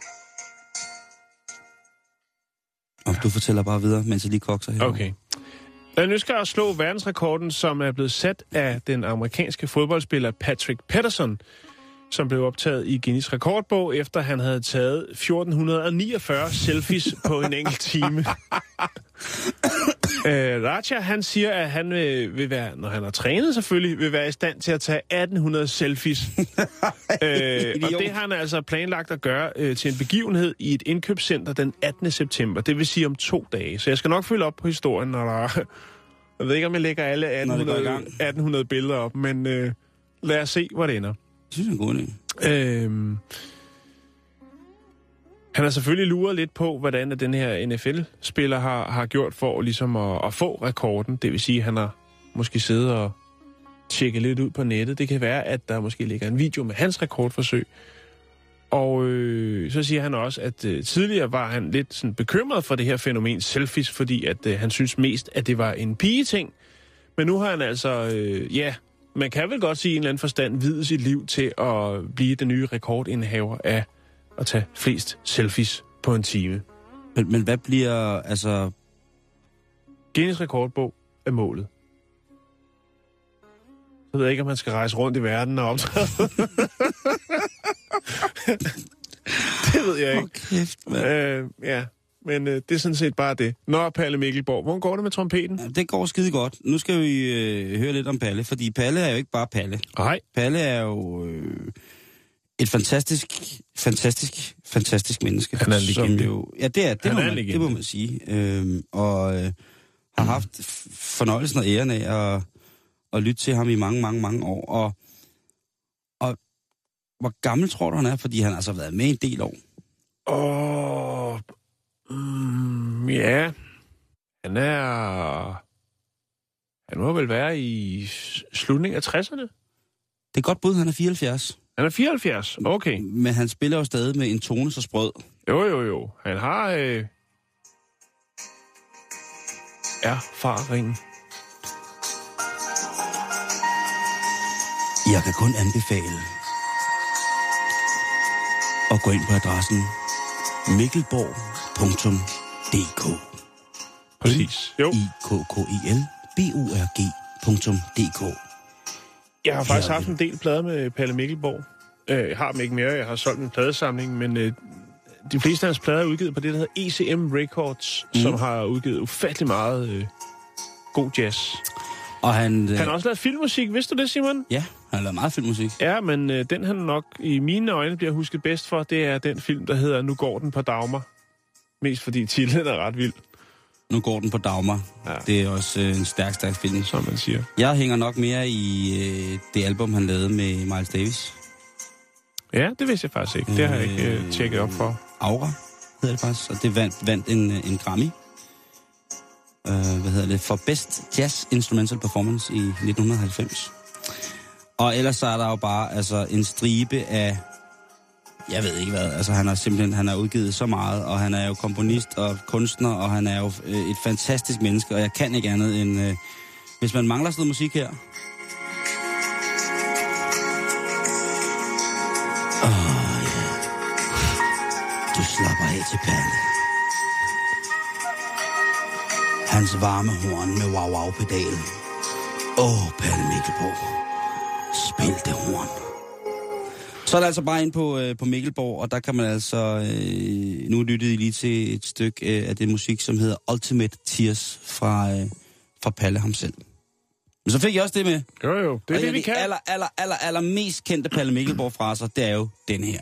[SPEAKER 6] Oh, du fortæller bare videre, mens jeg lige kokser her.
[SPEAKER 7] Okay. Jeg ønsker at slå verdensrekorden, som er blevet sat af den amerikanske fodboldspiller Patrick Patterson, som blev optaget i Guinness rekordbog, efter han havde taget fjorten niogfyrre selfies på en enkelt time. øh, Raja, han siger, at han vil, vil være, når han har trænet selvfølgelig, vil være i stand til at tage atten hundrede selfies. øh, og det har han altså planlagt at gøre øh, til en begivenhed i et indkøbscenter den attende september. Det vil sige om to dage. Så jeg skal nok følge op på historien, når der... Jeg ved ikke, om jeg lægger alle atten hundrede, atten hundrede billeder op, men øh, lad os se, hvor det ender.
[SPEAKER 6] Det synes jeg er en god idé.
[SPEAKER 7] Øhm, han har selvfølgelig luret lidt på, hvordan den her N F L-spiller har, har gjort for ligesom at, at få rekorden. Det vil sige, at han har måske siddet og tjekket lidt ud på nettet. Det kan være, at der måske ligger en video med hans rekordforsøg. Og øh, så siger han også, at øh, tidligere var han lidt sådan bekymret for det her fænomen selfies, fordi at øh, han synes mest, at det var en pigeting. Men nu har han altså, øh, ja... Man kan vel godt sige i en eller anden forstand vide sit liv til at blive den nye rekordindehaver af at tage flest selfies på en time.
[SPEAKER 6] Men, men hvad bliver, altså...
[SPEAKER 7] Guinness rekordbog er målet. Jeg ved ikke, om man skal rejse rundt i verden og optræde. Det ved jeg ikke.
[SPEAKER 6] Åh, kæft, mand.
[SPEAKER 7] Øh, ja, men øh, det er sådan set bare det. Nå, Palle Mikkelborg, hvordan går det med trompeten?
[SPEAKER 6] Ja, det går skide godt. Nu skal vi øh, høre lidt om Palle, fordi Palle er jo ikke bare Palle.
[SPEAKER 7] Nej.
[SPEAKER 6] Palle er jo øh, et fantastisk, fantastisk, fantastisk menneske.
[SPEAKER 7] Han er en legende.
[SPEAKER 6] Jo, ja, det er det, må
[SPEAKER 7] er
[SPEAKER 6] man, det må man sige. Øh, og øh, har haft fornøjelsen og æren af at, at lytte til ham i mange, mange, mange år. Og, og hvor gammel tror du, han er? Fordi han har altså været med en del år.
[SPEAKER 7] Åh, mm, ja. Han er... Han må vel være i slutningen af tresserne?
[SPEAKER 6] Det er godt bud, han er fireoghalvfjerds.
[SPEAKER 7] Han er fireoghalvfjerds, okay.
[SPEAKER 6] Men han spiller jo stadig med en tone så sprød.
[SPEAKER 7] Jo, jo, jo. Han har... Øh... erfaring.
[SPEAKER 6] Jeg kan kun anbefale at gå ind på adressen mikkelborg punktum d k.
[SPEAKER 7] Præcis. Jo.
[SPEAKER 6] I k k i l b u r g punktum d k.
[SPEAKER 7] Jeg har faktisk
[SPEAKER 6] Her
[SPEAKER 7] haft en del plader med Palle Mikkelborg. Øh, jeg har dem ikke mere, jeg har solgt min pladesamling, men øh, de fleste af hans plader er udgivet på det, der hedder E C M Records, mm. som har udgivet ufattelig meget øh, god jazz.
[SPEAKER 6] Og han...
[SPEAKER 7] Han har også lavet filmmusik, vidste du det, Simon?
[SPEAKER 6] Ja, han har lavet meget filmmusik.
[SPEAKER 7] Ja, men øh, den han nok i mine øjne bliver husket bedst for, det er den film, der hedder Nu går den på Dagmar. Mest fordi titlen er ret vild.
[SPEAKER 6] Nu går den på Dagmar. Ja. Det er også øh, en stærk, stærk film.
[SPEAKER 7] Som man siger.
[SPEAKER 6] Jeg hænger nok mere i øh, det album, han lavede med Miles Davis.
[SPEAKER 7] Ja, det vidste jeg faktisk ikke. Det har jeg ikke øh, tjekket op for.
[SPEAKER 6] Aura hedder det faktisk, og det vandt, vandt en, en Grammy. Uh, hvad hedder det? For Best Jazz Instrumental Performance i nitten halvfems. Og ellers så er der jo bare altså en stribe af, jeg ved ikke hvad, altså han har simpelthen, han har udgivet så meget, og han er jo komponist og kunstner, og han er jo øh, et fantastisk menneske, og jeg kan ikke andet end, øh, hvis man mangler sådan noget musik her. Åh, oh, ja. Yeah. Du slapper af til Palle. Hans varme horn med wow-wow-pedal. Åh, oh, Palle Mikkelborg. Spil det horn. Så er der altså bare ind på, øh, på Mikkelborg, og der kan man altså... Øh, nu lyttede I lige til et stykke øh, af det musik, som hedder Ultimate Tears fra, øh, fra Palle ham selv. Men så fik jeg også det med.
[SPEAKER 7] Jo, jo. Det er
[SPEAKER 6] og
[SPEAKER 7] det, vi
[SPEAKER 6] de
[SPEAKER 7] kan.
[SPEAKER 6] aller, aller, aller, aller mest kendte Palle Mikkelborg-fraser, det er jo den her.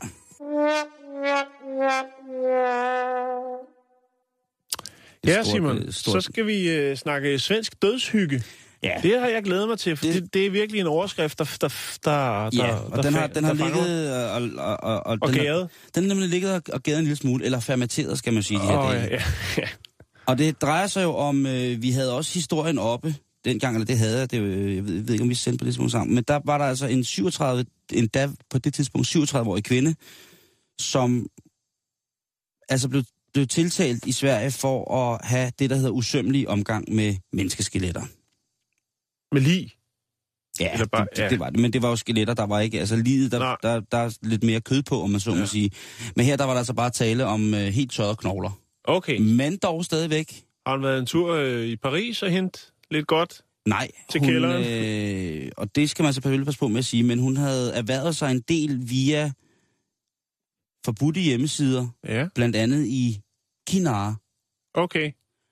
[SPEAKER 7] Ja, stort, Simon, stort. Så skal vi øh, snakke svensk dødshygge. Ja. Det har jeg glædet mig til, for det, det, det er virkelig en overskrift, der... der, der
[SPEAKER 6] ja, og
[SPEAKER 7] der,
[SPEAKER 6] den
[SPEAKER 7] der,
[SPEAKER 6] har, den har
[SPEAKER 7] der
[SPEAKER 6] ligget... Og, og, og, og,
[SPEAKER 7] og
[SPEAKER 6] den
[SPEAKER 7] gæret.
[SPEAKER 6] Har, den har nemlig ligget og, og gæret en lille smule, eller fermenteret, skal man sige, de her
[SPEAKER 7] oh,
[SPEAKER 6] dage.
[SPEAKER 7] Ja, ja.
[SPEAKER 6] Og det drejer sig jo om... Øh, vi havde også historien oppe, dengang, eller det havde jeg, det, øh, jeg ved, jeg ved ikke, om vi sendte på det tidspunkt sammen, men der var der altså en syvogtredive, en da på det tidspunkt syvogtredive-årig kvinde, som altså blev blev tiltalt i Sverige for at have det, der hedder usømmelig omgang med menneskeskeletter.
[SPEAKER 7] Med lig?
[SPEAKER 6] Ja, bare, det, ja. det var det. Men det var jo skeletter, der var ikke... Altså liget, der, der, der, der er lidt mere kød på, om man så ja. må sige. Men her, der var der altså bare tale om uh, helt tørrede knogler.
[SPEAKER 7] Okay.
[SPEAKER 6] Men dog stadigvæk.
[SPEAKER 7] Har hun været en tur øh, i Paris og hentet lidt godt?
[SPEAKER 6] Nej.
[SPEAKER 7] Til
[SPEAKER 6] hun,
[SPEAKER 7] kælderen?
[SPEAKER 6] Øh, og det skal man selvfølgelig passe på med at sige, men hun havde erhvervet sig en del via forbudte hjemmesider.
[SPEAKER 7] Ja.
[SPEAKER 6] Blandt andet i Kinara.
[SPEAKER 7] Okay.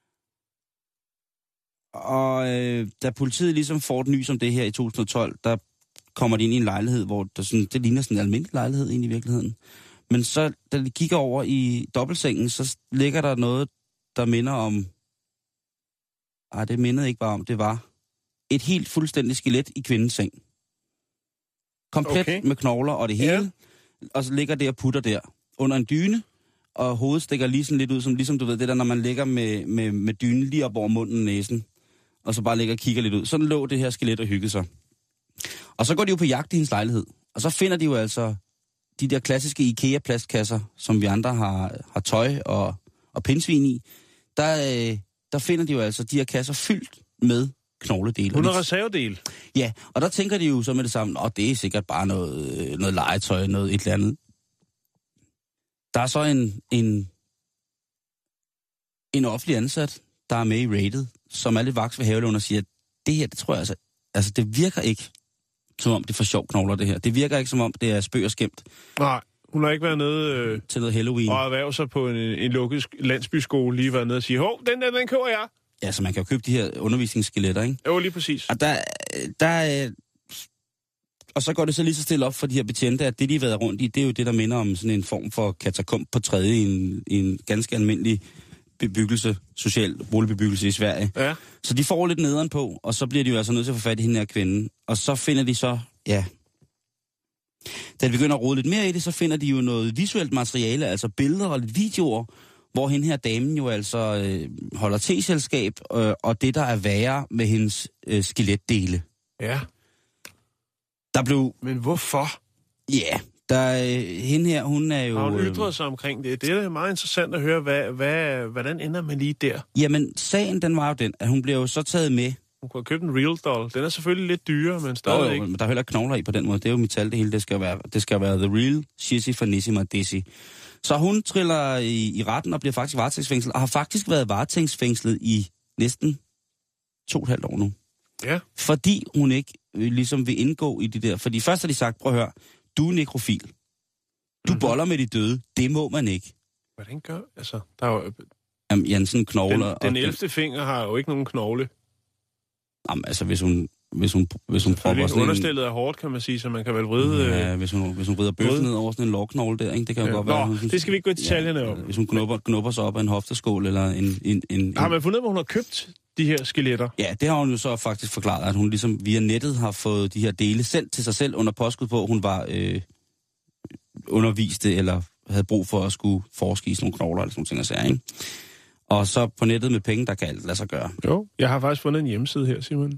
[SPEAKER 6] Og øh, da politiet ligesom får et nys om det her i to tusind og tolv, der kommer de ind i en lejlighed, hvor der sådan, det ligner sådan en almindelig lejlighed egentlig i virkeligheden. Men så, da de kigger over i dobbeltsengen, så ligger der noget, der minder om... Ej, det mindede ikke bare om, det var et helt fuldstændigt skelet i kvindens seng. Komplet okay. med knogler og det hele. Ja. Og så ligger det og putter der under en dyne, og hovedet stikker lige sådan lidt ud, som ligesom du ved, det der, når man ligger med, med, med dynen lige op over munden og næsen, og så bare ligger og kigger lidt ud. Sådan lå det her skelet og hyggede sig. Og så går de jo på jagt i hendes lejlighed, og så finder de jo altså de der klassiske IKEA-plastkasser, som vi andre har, har tøj og, og pindsvin i. Der, øh, der finder de jo altså de her kasser fyldt med knogledele.
[SPEAKER 7] Hun er reservedel.
[SPEAKER 6] Ja, og der tænker de jo så med det samme, åh, det er sikkert bare noget, noget legetøj, noget et eller andet. Der er så en, en, en offentlig ansat, der er med i rated, som er lidt vaks ved havelån og siger, at det her, det tror jeg altså, altså det virker ikke, som om det er for sjov knogler, det her. Det virker ikke, som om det er spøg og skæmt.
[SPEAKER 7] Nej, hun har ikke været nede øh,
[SPEAKER 6] til noget Halloween.
[SPEAKER 7] Og erhverve sig på en, en lukket landsbyskole, lige været nede og sige, hov, den der, den køber jeg.
[SPEAKER 6] Ja, så man kan jo købe de her undervisningsskeletter, ikke?
[SPEAKER 7] Jo, lige præcis.
[SPEAKER 6] Og der, der og så går det så lige så stille op for de her betjente, at det, de har været rundt i, det er jo det, der minder om sådan en form for katakomb på tredje i en, i en ganske almindelig bebyggelse, social boligbebyggelse i Sverige.
[SPEAKER 7] Ja.
[SPEAKER 6] Så de får lidt nederen på, og så bliver de jo altså nødt til at få fat i hende her kvinde. Og så finder de så, ja... Da de begynder at rode lidt mere i det, så finder de jo noget visuelt materiale, altså billeder og lidt videoer, hvor hende her damen jo altså øh, holder teselskab, øh, og det, der er værre med hendes øh, skeletdele.
[SPEAKER 7] Ja.
[SPEAKER 6] Der blev...
[SPEAKER 7] Men hvorfor?
[SPEAKER 6] Ja, yeah, der øh, hende her, hun er jo...
[SPEAKER 7] Har hun ytret sig omkring det? Det er meget interessant at høre, hvad, hvad, hvordan ender man lige der?
[SPEAKER 6] Jamen, sagen, den var jo den, at hun blev jo så taget med.
[SPEAKER 7] Hun kunne have købt en real doll. Den er selvfølgelig lidt dyrere, men stadig
[SPEAKER 6] jo,
[SPEAKER 7] ikke.
[SPEAKER 6] Men der er heller knogler i på den måde. Det er jo metal, det hele. Det skal være, det skal være the real Shizzy Fanissima Dizzy. Så hun triller i, i retten og bliver faktisk varetægtsfængslet, og har faktisk været varetægtsfængslet i næsten to og et halvt år nu.
[SPEAKER 7] Ja.
[SPEAKER 6] Fordi hun ikke øh, ligesom vil indgå i det der. Fordi først har de sagt, prøv at høre, du er nekrofil. Du mm-hmm. boller med de døde. Det må man ikke.
[SPEAKER 7] Hvordan gør? Altså, der er jo...
[SPEAKER 6] Jamen, Jansen knogler...
[SPEAKER 7] Den, den ellevte finger har jo ikke nogen knogle.
[SPEAKER 6] Jamen, altså, hvis hun... Hvis hun, hvis hun propper sådan
[SPEAKER 7] understillet er hårdt, kan man sige, så man kan vel vride...
[SPEAKER 6] Ja, hvis hun, hvis hun vrider bøffen ned over sådan en lårknogle der, ikke? Det kan jo ja. godt være...
[SPEAKER 7] Nå, hun, det skal vi ikke gå i detaljerne ja, om.
[SPEAKER 6] Hvis hun knupper, knupper sig op af en hofteskål eller en... en, en
[SPEAKER 7] har man fundet, hvor hun har købt de her skeletter?
[SPEAKER 6] Ja, det har hun jo så faktisk forklaret, at hun ligesom via nettet har fået de her dele sendt til sig selv under påskud på, at hun var øh, underviste eller havde brug for at skulle forske i sådan nogle knogler eller sådan nogle ting, ikke? Og så på nettet med penge, der kan alt lade sig gøre.
[SPEAKER 7] Jo, jeg har faktisk fundet en hjemmeside her, Simon,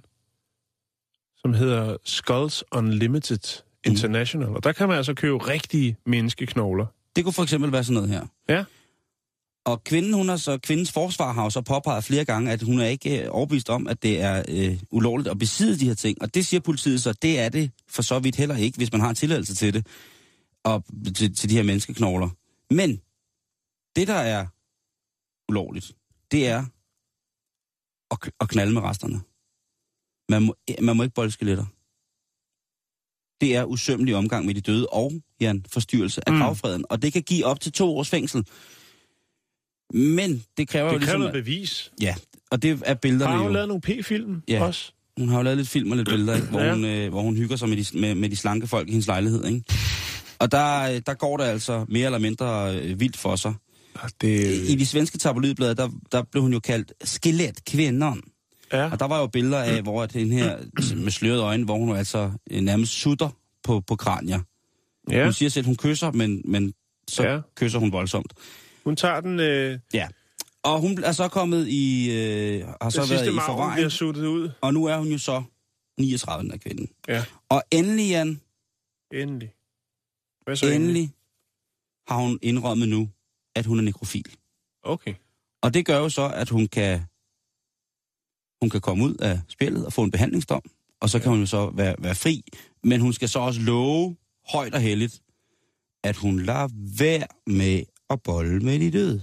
[SPEAKER 7] som hedder Skulls Unlimited International. Mm. Og der kan man altså købe rigtige menneskeknogler.
[SPEAKER 6] Det kunne for eksempel være sådan noget her.
[SPEAKER 7] Ja.
[SPEAKER 6] Og kvinden, hun har så, kvindens forsvar har jo så påpeget flere gange, at hun er ikke øh, overbevist om, at det er øh, ulovligt at besidde de her ting. Og det siger politiet så, det er det for så vidt heller ikke, hvis man har en tilladelse til det, og til, til de her menneskeknogler. Men det, der er ulovligt, det er at, at knalde med resterne. Man må, man må ikke bolde skeletter. Det er usømmelig omgang med de døde og, Jan, forstyrrelse af mm. gravfreden. Og det kan give op til to års fængsel. Men det kræver
[SPEAKER 7] det
[SPEAKER 6] jo ligesom...
[SPEAKER 7] Det kræver bevis.
[SPEAKER 6] Ja, og det er billederne jo...
[SPEAKER 7] Har hun lavet nogle P-film
[SPEAKER 6] ja,
[SPEAKER 7] også? Hun
[SPEAKER 6] har jo lavet lidt film og lidt billeder, ikke? Hvor, ja. hun, øh, hvor hun hygger sig med de, med, med de slanke folk i hendes lejlighed, ikke? Og der, der går det altså mere eller mindre øh, vildt for sig. Det... I de svenske tabloidblade, der, der blev hun jo kaldt skeletkvinden. Ja. Og der var jo billeder af, hvor at den her med slørede øjne, hvor hun altså nærmest sutter på, på kranier. Ja. Hun siger selv, hun kysser, men, men så ja. kysser hun voldsomt.
[SPEAKER 7] Hun tager den... Øh...
[SPEAKER 6] Ja. Og hun er så kommet i... Øh, har så været i forvaring.
[SPEAKER 7] Suttet ud.
[SPEAKER 6] Og nu er hun jo så niogtredive af kvinden.
[SPEAKER 7] Ja.
[SPEAKER 6] Og endelig, Jan...
[SPEAKER 7] Endelig. Hvad så
[SPEAKER 6] endelig?
[SPEAKER 7] Endelig
[SPEAKER 6] har hun indrømmet nu, at hun er nekrofil.
[SPEAKER 7] Okay.
[SPEAKER 6] Og det gør jo så, at hun kan... Hun kan komme ud af spillet og få en behandlingsdom, og så kan ja. hun jo så være, være fri. Men hun skal så også love højt og heldigt, at hun lader være med at bolle med de døde.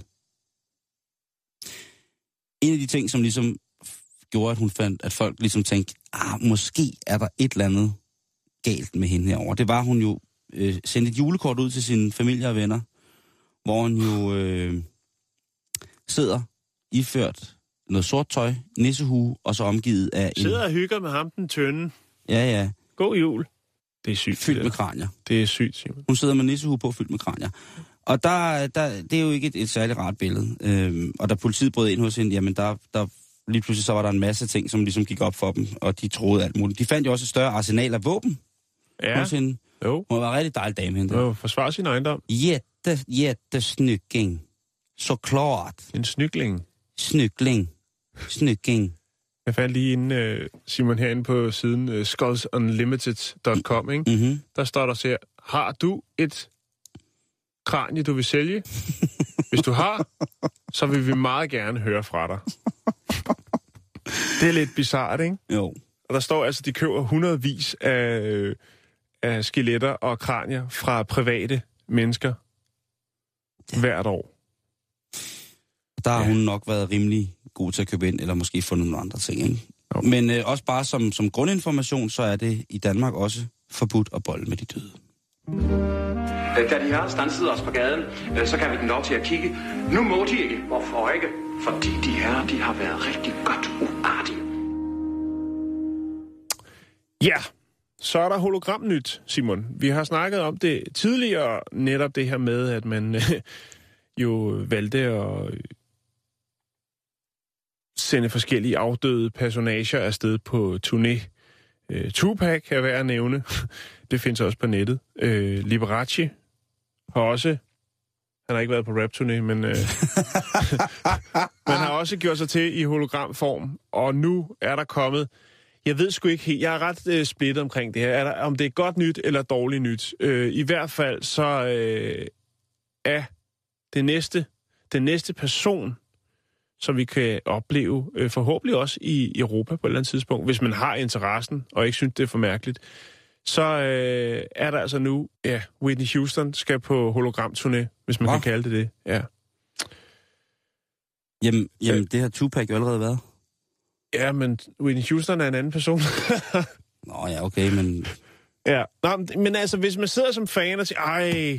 [SPEAKER 6] En af de ting, som ligesom gjorde, at hun fandt, at folk ligesom tænkte, ah, måske er der et eller andet galt med hende herovre. Det var, at hun jo øh, sendte et julekort ud til sine familie og venner, hvor hun jo øh, sidder iført noget sort tøj, nissehue, og så omgivet af en...
[SPEAKER 7] Sidder og hygger med ham, den tynde.
[SPEAKER 6] Ja, ja.
[SPEAKER 7] God jul. Det er sygt.
[SPEAKER 6] Fyldt med kranier.
[SPEAKER 7] Det er sygt, Simon.
[SPEAKER 6] Hun sidder med nissehue på, fyldt med kranier. Og der, der, det er jo ikke et, et særligt rart billede. Øhm, og da politiet brød ind hos hende, jamen der, der lige pludselig så var der en masse ting, som ligesom gik op for dem, og de troede alt muligt. De fandt jo også et større arsenal af våben
[SPEAKER 7] ja.
[SPEAKER 6] hos hende.
[SPEAKER 7] Jo.
[SPEAKER 6] Hun var en rigtig dejlig dame, hende.
[SPEAKER 7] Jo, forsvar sin ejendom.
[SPEAKER 6] Jätte, jättesnyging. Så klart.
[SPEAKER 7] En snygling.
[SPEAKER 6] Snygling. Snyging.
[SPEAKER 7] Jeg fandt lige inde, Simon, herinde på siden uh, skulls unlimited punktum com, ikke?
[SPEAKER 6] Mm-hmm.
[SPEAKER 7] Der står der så, har du et kranie, du vil sælge? Hvis du har, så vil vi meget gerne høre fra dig. Det er lidt bizarrt, ikke?
[SPEAKER 6] Jo.
[SPEAKER 7] Og der står altså, de køber hundredvis af, øh, af skeletter og kranier fra private mennesker. ja. hvert år.
[SPEAKER 6] Der har
[SPEAKER 7] ja.
[SPEAKER 6] hun nok været rimelig god til at købe ind, eller måske fundet nogle andre ting, ikke? Okay. Men øh, også bare som, som grundinformation, så er det i Danmark også forbudt at bolle med de døde.
[SPEAKER 9] Da de her stansede os på gaden, så kan vi den lov til at kigge. Nu må de ikke. Hvorfor ikke? Fordi de her, de har været rigtig godt uartige.
[SPEAKER 7] Ja, så er der hologramnyt, Simon. Vi har snakket om det tidligere, netop det her med, at man øh, jo valgte at sende forskellige afdøde personager afsted på turné. Øh, Tupac er værd at nævne. Det findes også på nettet. Øh, Liberace har også... Han har ikke været på rap-turné, men... Øh, man har også gjort sig til i hologramform. Og nu er der kommet... Jeg ved sgu ikke helt... Jeg er ret øh, splittet omkring det her. Er der, om det er godt nyt eller dårligt nyt. Øh, I hvert fald så øh, er det næste, den næste person, som vi kan opleve øh, forhåbentlig også i Europa på et eller andet tidspunkt, hvis man har interessen og ikke synes, det er for mærkeligt, så øh, er der altså nu, ja, Whitney Houston skal på hologramturné, hvis man Hva? kan kalde det det. Ja.
[SPEAKER 6] Jamen, jamen det har Tupac jo allerede været.
[SPEAKER 7] Ja, men Whitney Houston er en anden person.
[SPEAKER 6] Nå ja, okay, men...
[SPEAKER 7] Ja, Nå, men altså, hvis man sidder som fan og siger, ej,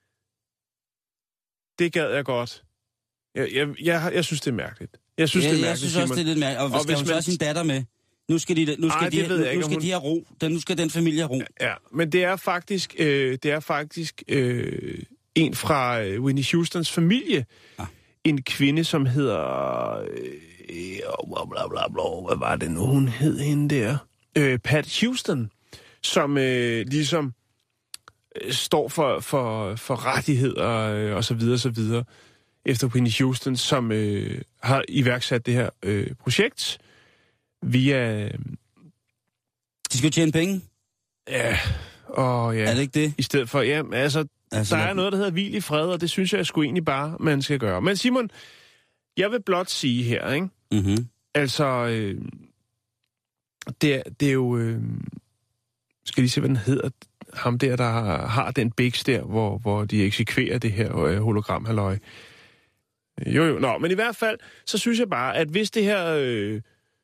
[SPEAKER 7] det gad jeg godt. Jeg, jeg, jeg, jeg synes, det er mærkeligt. Jeg synes,
[SPEAKER 6] ja,
[SPEAKER 7] det er mærkeligt,
[SPEAKER 6] jeg synes også, det er lidt mærkeligt. Og, og skal hun så man... sin datter med? Nu skal de, nu skal Ej, de, nu, nu skal hun... de have ro. Den, nu skal den familie have ro.
[SPEAKER 7] Ja, men det er faktisk, øh, det er faktisk øh, en fra øh, Whitney Houstons familie. Ah. En kvinde, som hedder... Øh, bla, bla, bla, bla, hvad var det nu, hun hed hende der? Øh, Pat Houston, som øh, ligesom øh, står for, for, for rettigheder øh, og så videre, så videre. Efter Whitney Houston, som øh, har iværksat det her øh, projekt via... Øh,
[SPEAKER 6] De skal tjene penge?
[SPEAKER 7] Ja, og ja.
[SPEAKER 6] Er det ikke det?
[SPEAKER 7] I stedet for, ja, altså, altså der er noget, der hedder hvil i fred, og det synes jeg sgu egentlig bare, man skal gøre. Men Simon, jeg vil blot sige her, ikke?
[SPEAKER 6] Mm-hmm.
[SPEAKER 7] Altså, øh, det, er, det er jo... Øh, skal lige se, hvad den hedder? Ham der, der har, har den biks der, hvor, hvor de eksekverer det her øh, hologram-halløj. Jo, jo. Nå, men i hvert fald, så synes jeg bare, at hvis det her øh,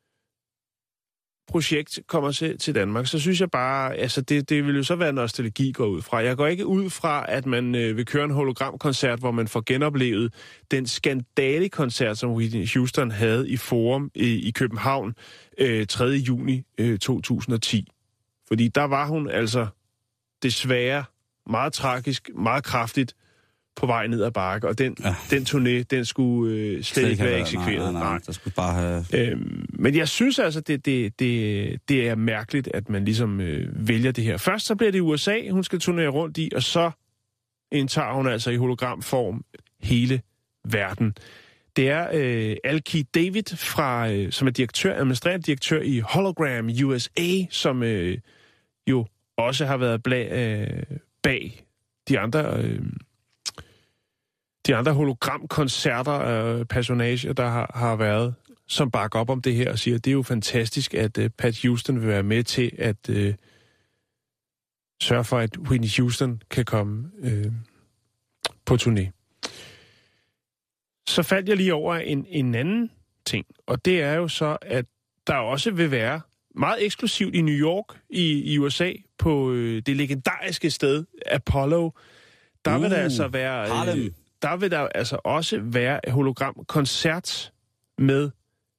[SPEAKER 7] projekt kommer til, til Danmark, så synes jeg bare, altså det, det vil jo så være nostalgi går ud fra. Jeg går ikke ud fra, at man øh, vil køre en hologramkoncert, hvor man får genoplevet den skandalekoncert, som Whitney Houston havde i Forum i, i København øh, tredje juni øh, to tusind og ti. Fordi der var hun altså desværre meget tragisk, meget kraftigt på vej ned ad bakke, og den, ja. den turné, den skulle øh, slet ikke være eksekveret.
[SPEAKER 6] Nej, nej, nej, der skulle bare have...
[SPEAKER 7] Øhm, men jeg synes altså, det, det, det, det er mærkeligt, at man ligesom øh, vælger det her. Først så bliver det U S A, hun skal turnere rundt i, og så indtager hun altså i hologramform hele verden. Det er øh, Alki David, fra, øh, som er direktør, administrerende direktør i Hologram U S A, som øh, jo også har været blag, øh, bag de andre... Øh, De andre hologramkoncerter og øh, personager, der har, har været, som bakker op om det her og siger, at det er jo fantastisk, at øh, Pat Houston vil være med til at øh, sørge for, at Whitney Houston kan komme øh, på turné. Så faldt jeg lige over en, en anden ting, og det er jo så, at der også vil være meget eksklusivt i New York i, i U S A på øh, det legendariske sted Apollo. Der uh, vil der altså være... Øh,
[SPEAKER 6] Harlem.
[SPEAKER 7] Der vil der altså også være et hologramkoncert med...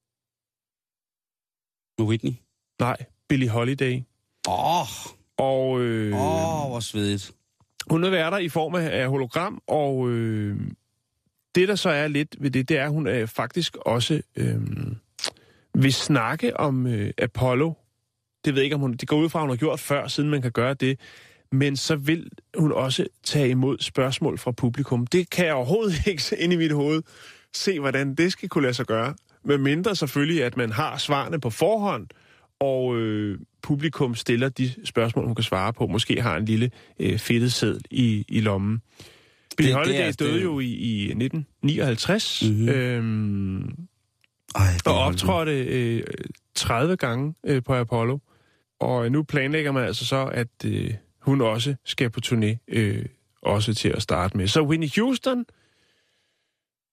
[SPEAKER 6] Med Whitney?
[SPEAKER 7] Nej, Billie Holiday.
[SPEAKER 6] Åh! Oh.
[SPEAKER 7] Og... Åh, øh,
[SPEAKER 6] oh, hvor svedigt.
[SPEAKER 7] Hun vil være der i form af hologram, og øh, det, der så er lidt ved det, det er, at hun øh, faktisk også øh, vil snakke om øh, Apollo. Det ved jeg ikke, om hun... Det går ud fra, at hun har gjort før, siden man kan gøre det. Men så vil hun også tage imod spørgsmål fra publikum. Det kan jeg overhovedet ikke ind i mit hoved se, hvordan det skal kunne lade sig gøre. Med mindre selvfølgelig, at man har svarene på forhånd, og øh, publikum stiller de spørgsmål, hun kan svare på. Måske har en lille øh, fedtet seddel i, i lommen. Billie Holiday det døde det... jo i, i nitten nioghalvtreds, mm-hmm. øhm, Ej, og optrådte øh, tredive gange øh, på Apollo. Og nu planlægger man altså så, at... Øh, hun også skal på turné, øh, også til at starte med. Så Whitney Houston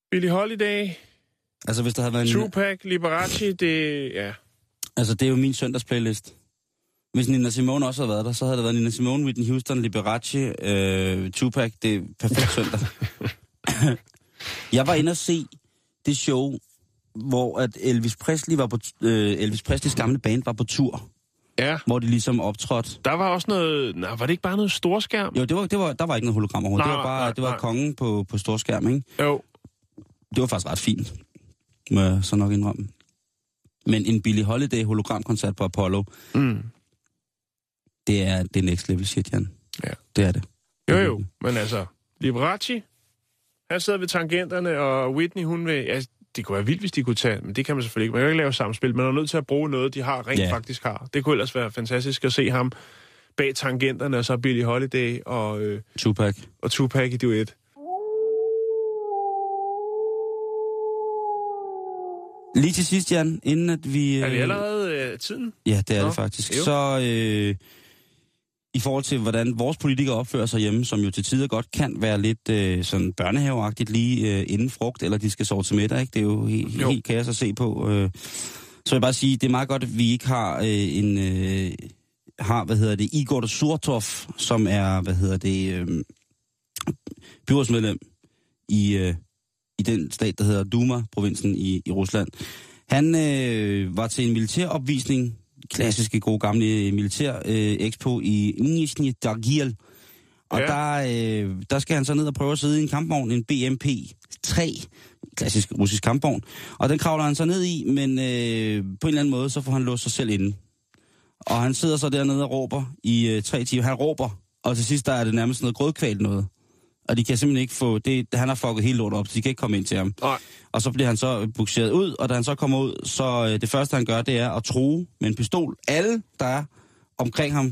[SPEAKER 7] Billie Holiday,
[SPEAKER 6] Altså, hvis der havde været en...
[SPEAKER 7] Tupac, Liberace, det... Ja.
[SPEAKER 6] Altså, det er jo min søndagsplaylist. Hvis Nina Simone også havde været der, så havde der været Nina Simone, Whitney Houston, Liberace, øh, Tupac. Det er perfekt søndag. Jeg var inde og se det show, hvor at Elvis Presley var på... Øh, Elvis Presleys gamle band var på tur.
[SPEAKER 7] Ja.
[SPEAKER 6] Hvor de ligesom optrådte.
[SPEAKER 7] Der var også noget... Nej, var det ikke bare noget storskærm?
[SPEAKER 6] Jo, det var, det var, der var ikke noget hologram overhovedet.
[SPEAKER 7] Nej,
[SPEAKER 6] det var bare
[SPEAKER 7] nej,
[SPEAKER 6] det var
[SPEAKER 7] nej.
[SPEAKER 6] kongen på, på storskærm, ikke?
[SPEAKER 7] Jo.
[SPEAKER 6] Det var faktisk ret fint, må jeg så nok indrømme. Men en Billie Holiday hologramkoncert på Apollo,
[SPEAKER 7] Mm.
[SPEAKER 6] det er det next level shit, Jan.
[SPEAKER 7] Ja.
[SPEAKER 6] Det er det.
[SPEAKER 7] Jo, jo. Men altså, Liberace, han sidder ved tangenterne, og Whitney, hun vil... Ja, det kunne være vildt, hvis de kunne tage... Men det kan man selvfølgelig ikke. Man kan jo ikke lave samspil. Man er nødt til at bruge noget, de har rent
[SPEAKER 6] Ja.
[SPEAKER 7] faktisk har. Det kunne ellers være fantastisk at se ham bag tangenterne, og så Billie Holiday og, øh,
[SPEAKER 6] Tupac.
[SPEAKER 7] og Tupac i duet.
[SPEAKER 6] Lige til sidst, Jan, inden at vi...
[SPEAKER 7] Er det
[SPEAKER 6] øh,
[SPEAKER 7] allerede øh, tiden?
[SPEAKER 6] Ja, det er
[SPEAKER 7] Nå,
[SPEAKER 6] det faktisk.
[SPEAKER 7] jo.
[SPEAKER 6] Så øh, i forhold til, hvordan vores politikere opfører sig hjemme, som jo til tider godt kan være lidt øh, sådan børnehaveagtigt lige øh, inden frugt, eller de skal sove til middag, ikke? Det er jo helt,
[SPEAKER 7] Jo.
[SPEAKER 6] helt kaos at se på. Øh. Så vil jeg bare sige, det er meget godt, at vi ikke har øh, en... Øh, har, hvad hedder det, Igor Surtov, som er, hvad hedder det, øh, byrådsmedlem i... Øh, i den stat, der hedder Duma-provinsen i, i Rusland. Han øh, var til en militæropvisning, klassiske gode gamle militær-expo øh, i Nizhny Tagil. Og
[SPEAKER 7] Ja.
[SPEAKER 6] der, øh, der skal han så ned og prøve at sidde i en kampvogn, en B M P tre, klassisk russisk kampvogn. Og den kravler han så ned i, men øh, på en eller anden måde, så får han låst sig selv inde. Og han sidder så dernede og råber i øh, tre timer. Han råber, og til sidst der er det nærmest noget grødkvalt noget. Og de kan simpelthen ikke få... Det, han har fucket helt lort op, så de kan ikke komme ind til ham.
[SPEAKER 7] Nej.
[SPEAKER 6] Og så bliver han så bukseret ud, og da han så kommer ud, så øh, det første han gør, det er at true med en pistol alle, der er omkring ham.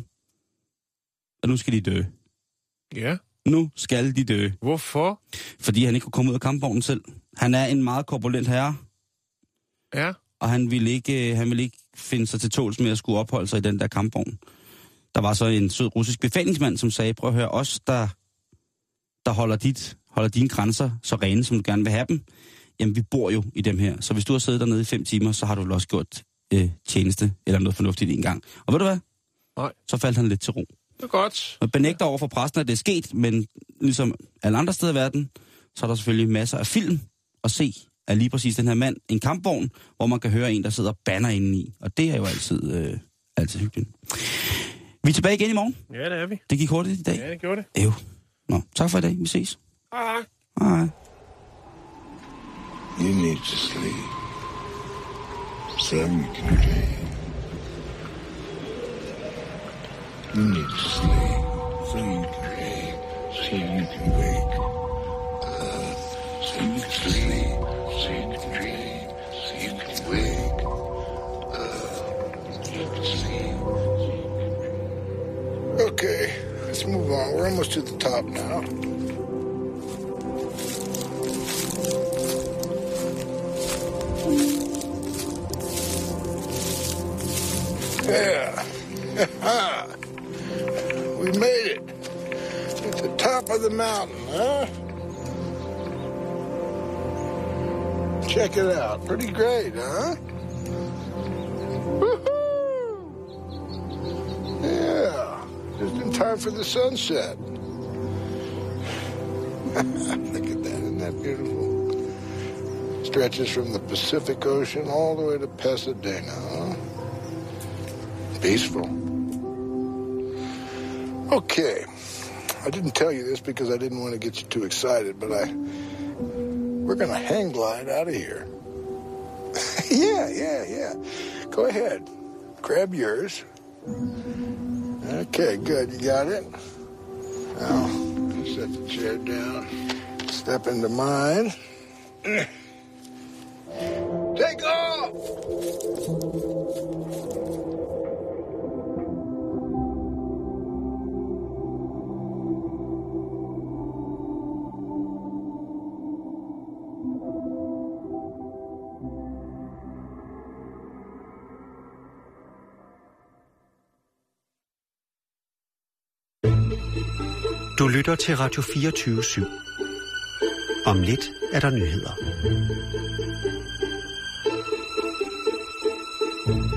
[SPEAKER 6] Og nu skal de dø.
[SPEAKER 7] Ja.
[SPEAKER 6] Nu skal de dø.
[SPEAKER 7] Hvorfor?
[SPEAKER 6] Fordi han ikke kunne komme ud af kampvognen selv. Han er en meget korpulent herre,
[SPEAKER 7] Ja.
[SPEAKER 6] og han ville ikke, øh, han ville ikke finde sig til tåls med at skulle opholde sig i den der kampvogn. Der var så en sød russisk befalingsmand, som sagde, prøv at høre, os der... der holder, dit, holder dine grænser så rene, som du gerne vil have dem, jamen vi bor jo i dem her. Så hvis du har siddet dernede i fem timer, så har du vel også gjort øh, tjeneste eller noget fornuftigt en gang. Og ved du hvad?
[SPEAKER 7] Nej.
[SPEAKER 6] Så faldt han lidt til ro.
[SPEAKER 7] Det er godt.
[SPEAKER 6] Og benægter over for præsten, at det er sket, men ligesom alle andre steder i verden, så er der selvfølgelig masser af film at se af lige præcis den her mand. En kampvogn, hvor man kan høre en, der sidder og banner indeni. Og det er jo altid, øh, altid hyggeligt. Vi er tilbage igen i morgen.
[SPEAKER 7] Ja, det er vi.
[SPEAKER 6] Det gik hurtigt i dag.
[SPEAKER 7] Ja, det gjorde det.
[SPEAKER 6] Ew. Nå, tak for i dag. Vi ses.
[SPEAKER 7] Hej.
[SPEAKER 6] Hej.
[SPEAKER 10] You need to sleep so you can dream. You need to sleep so you can dream, so you can wake up. So you can sleep so you can dream, so you can wake up. You can sleep so you can dream. Okay, let's move on. We're almost to the top now. Yeah. We made it. At the top of the mountain, huh? Check it out. Pretty great, huh? Woohoo! Yeah. Just in time for the sunset. Look at that. Isn't that beautiful? Stretches from the Pacific Ocean all the way to Pasadena, huh? Peaceful. Okay. I didn't tell you this because I didn't want to get you too excited, but I... We're going to hang glide out of here. yeah, yeah, yeah. Go ahead. Grab yours. Okay, good. You got it? Now, set the chair down. Step into mine. Take off!
[SPEAKER 3] Du lytter til Radio fireogtyve syv. Om lidt er der nyheder.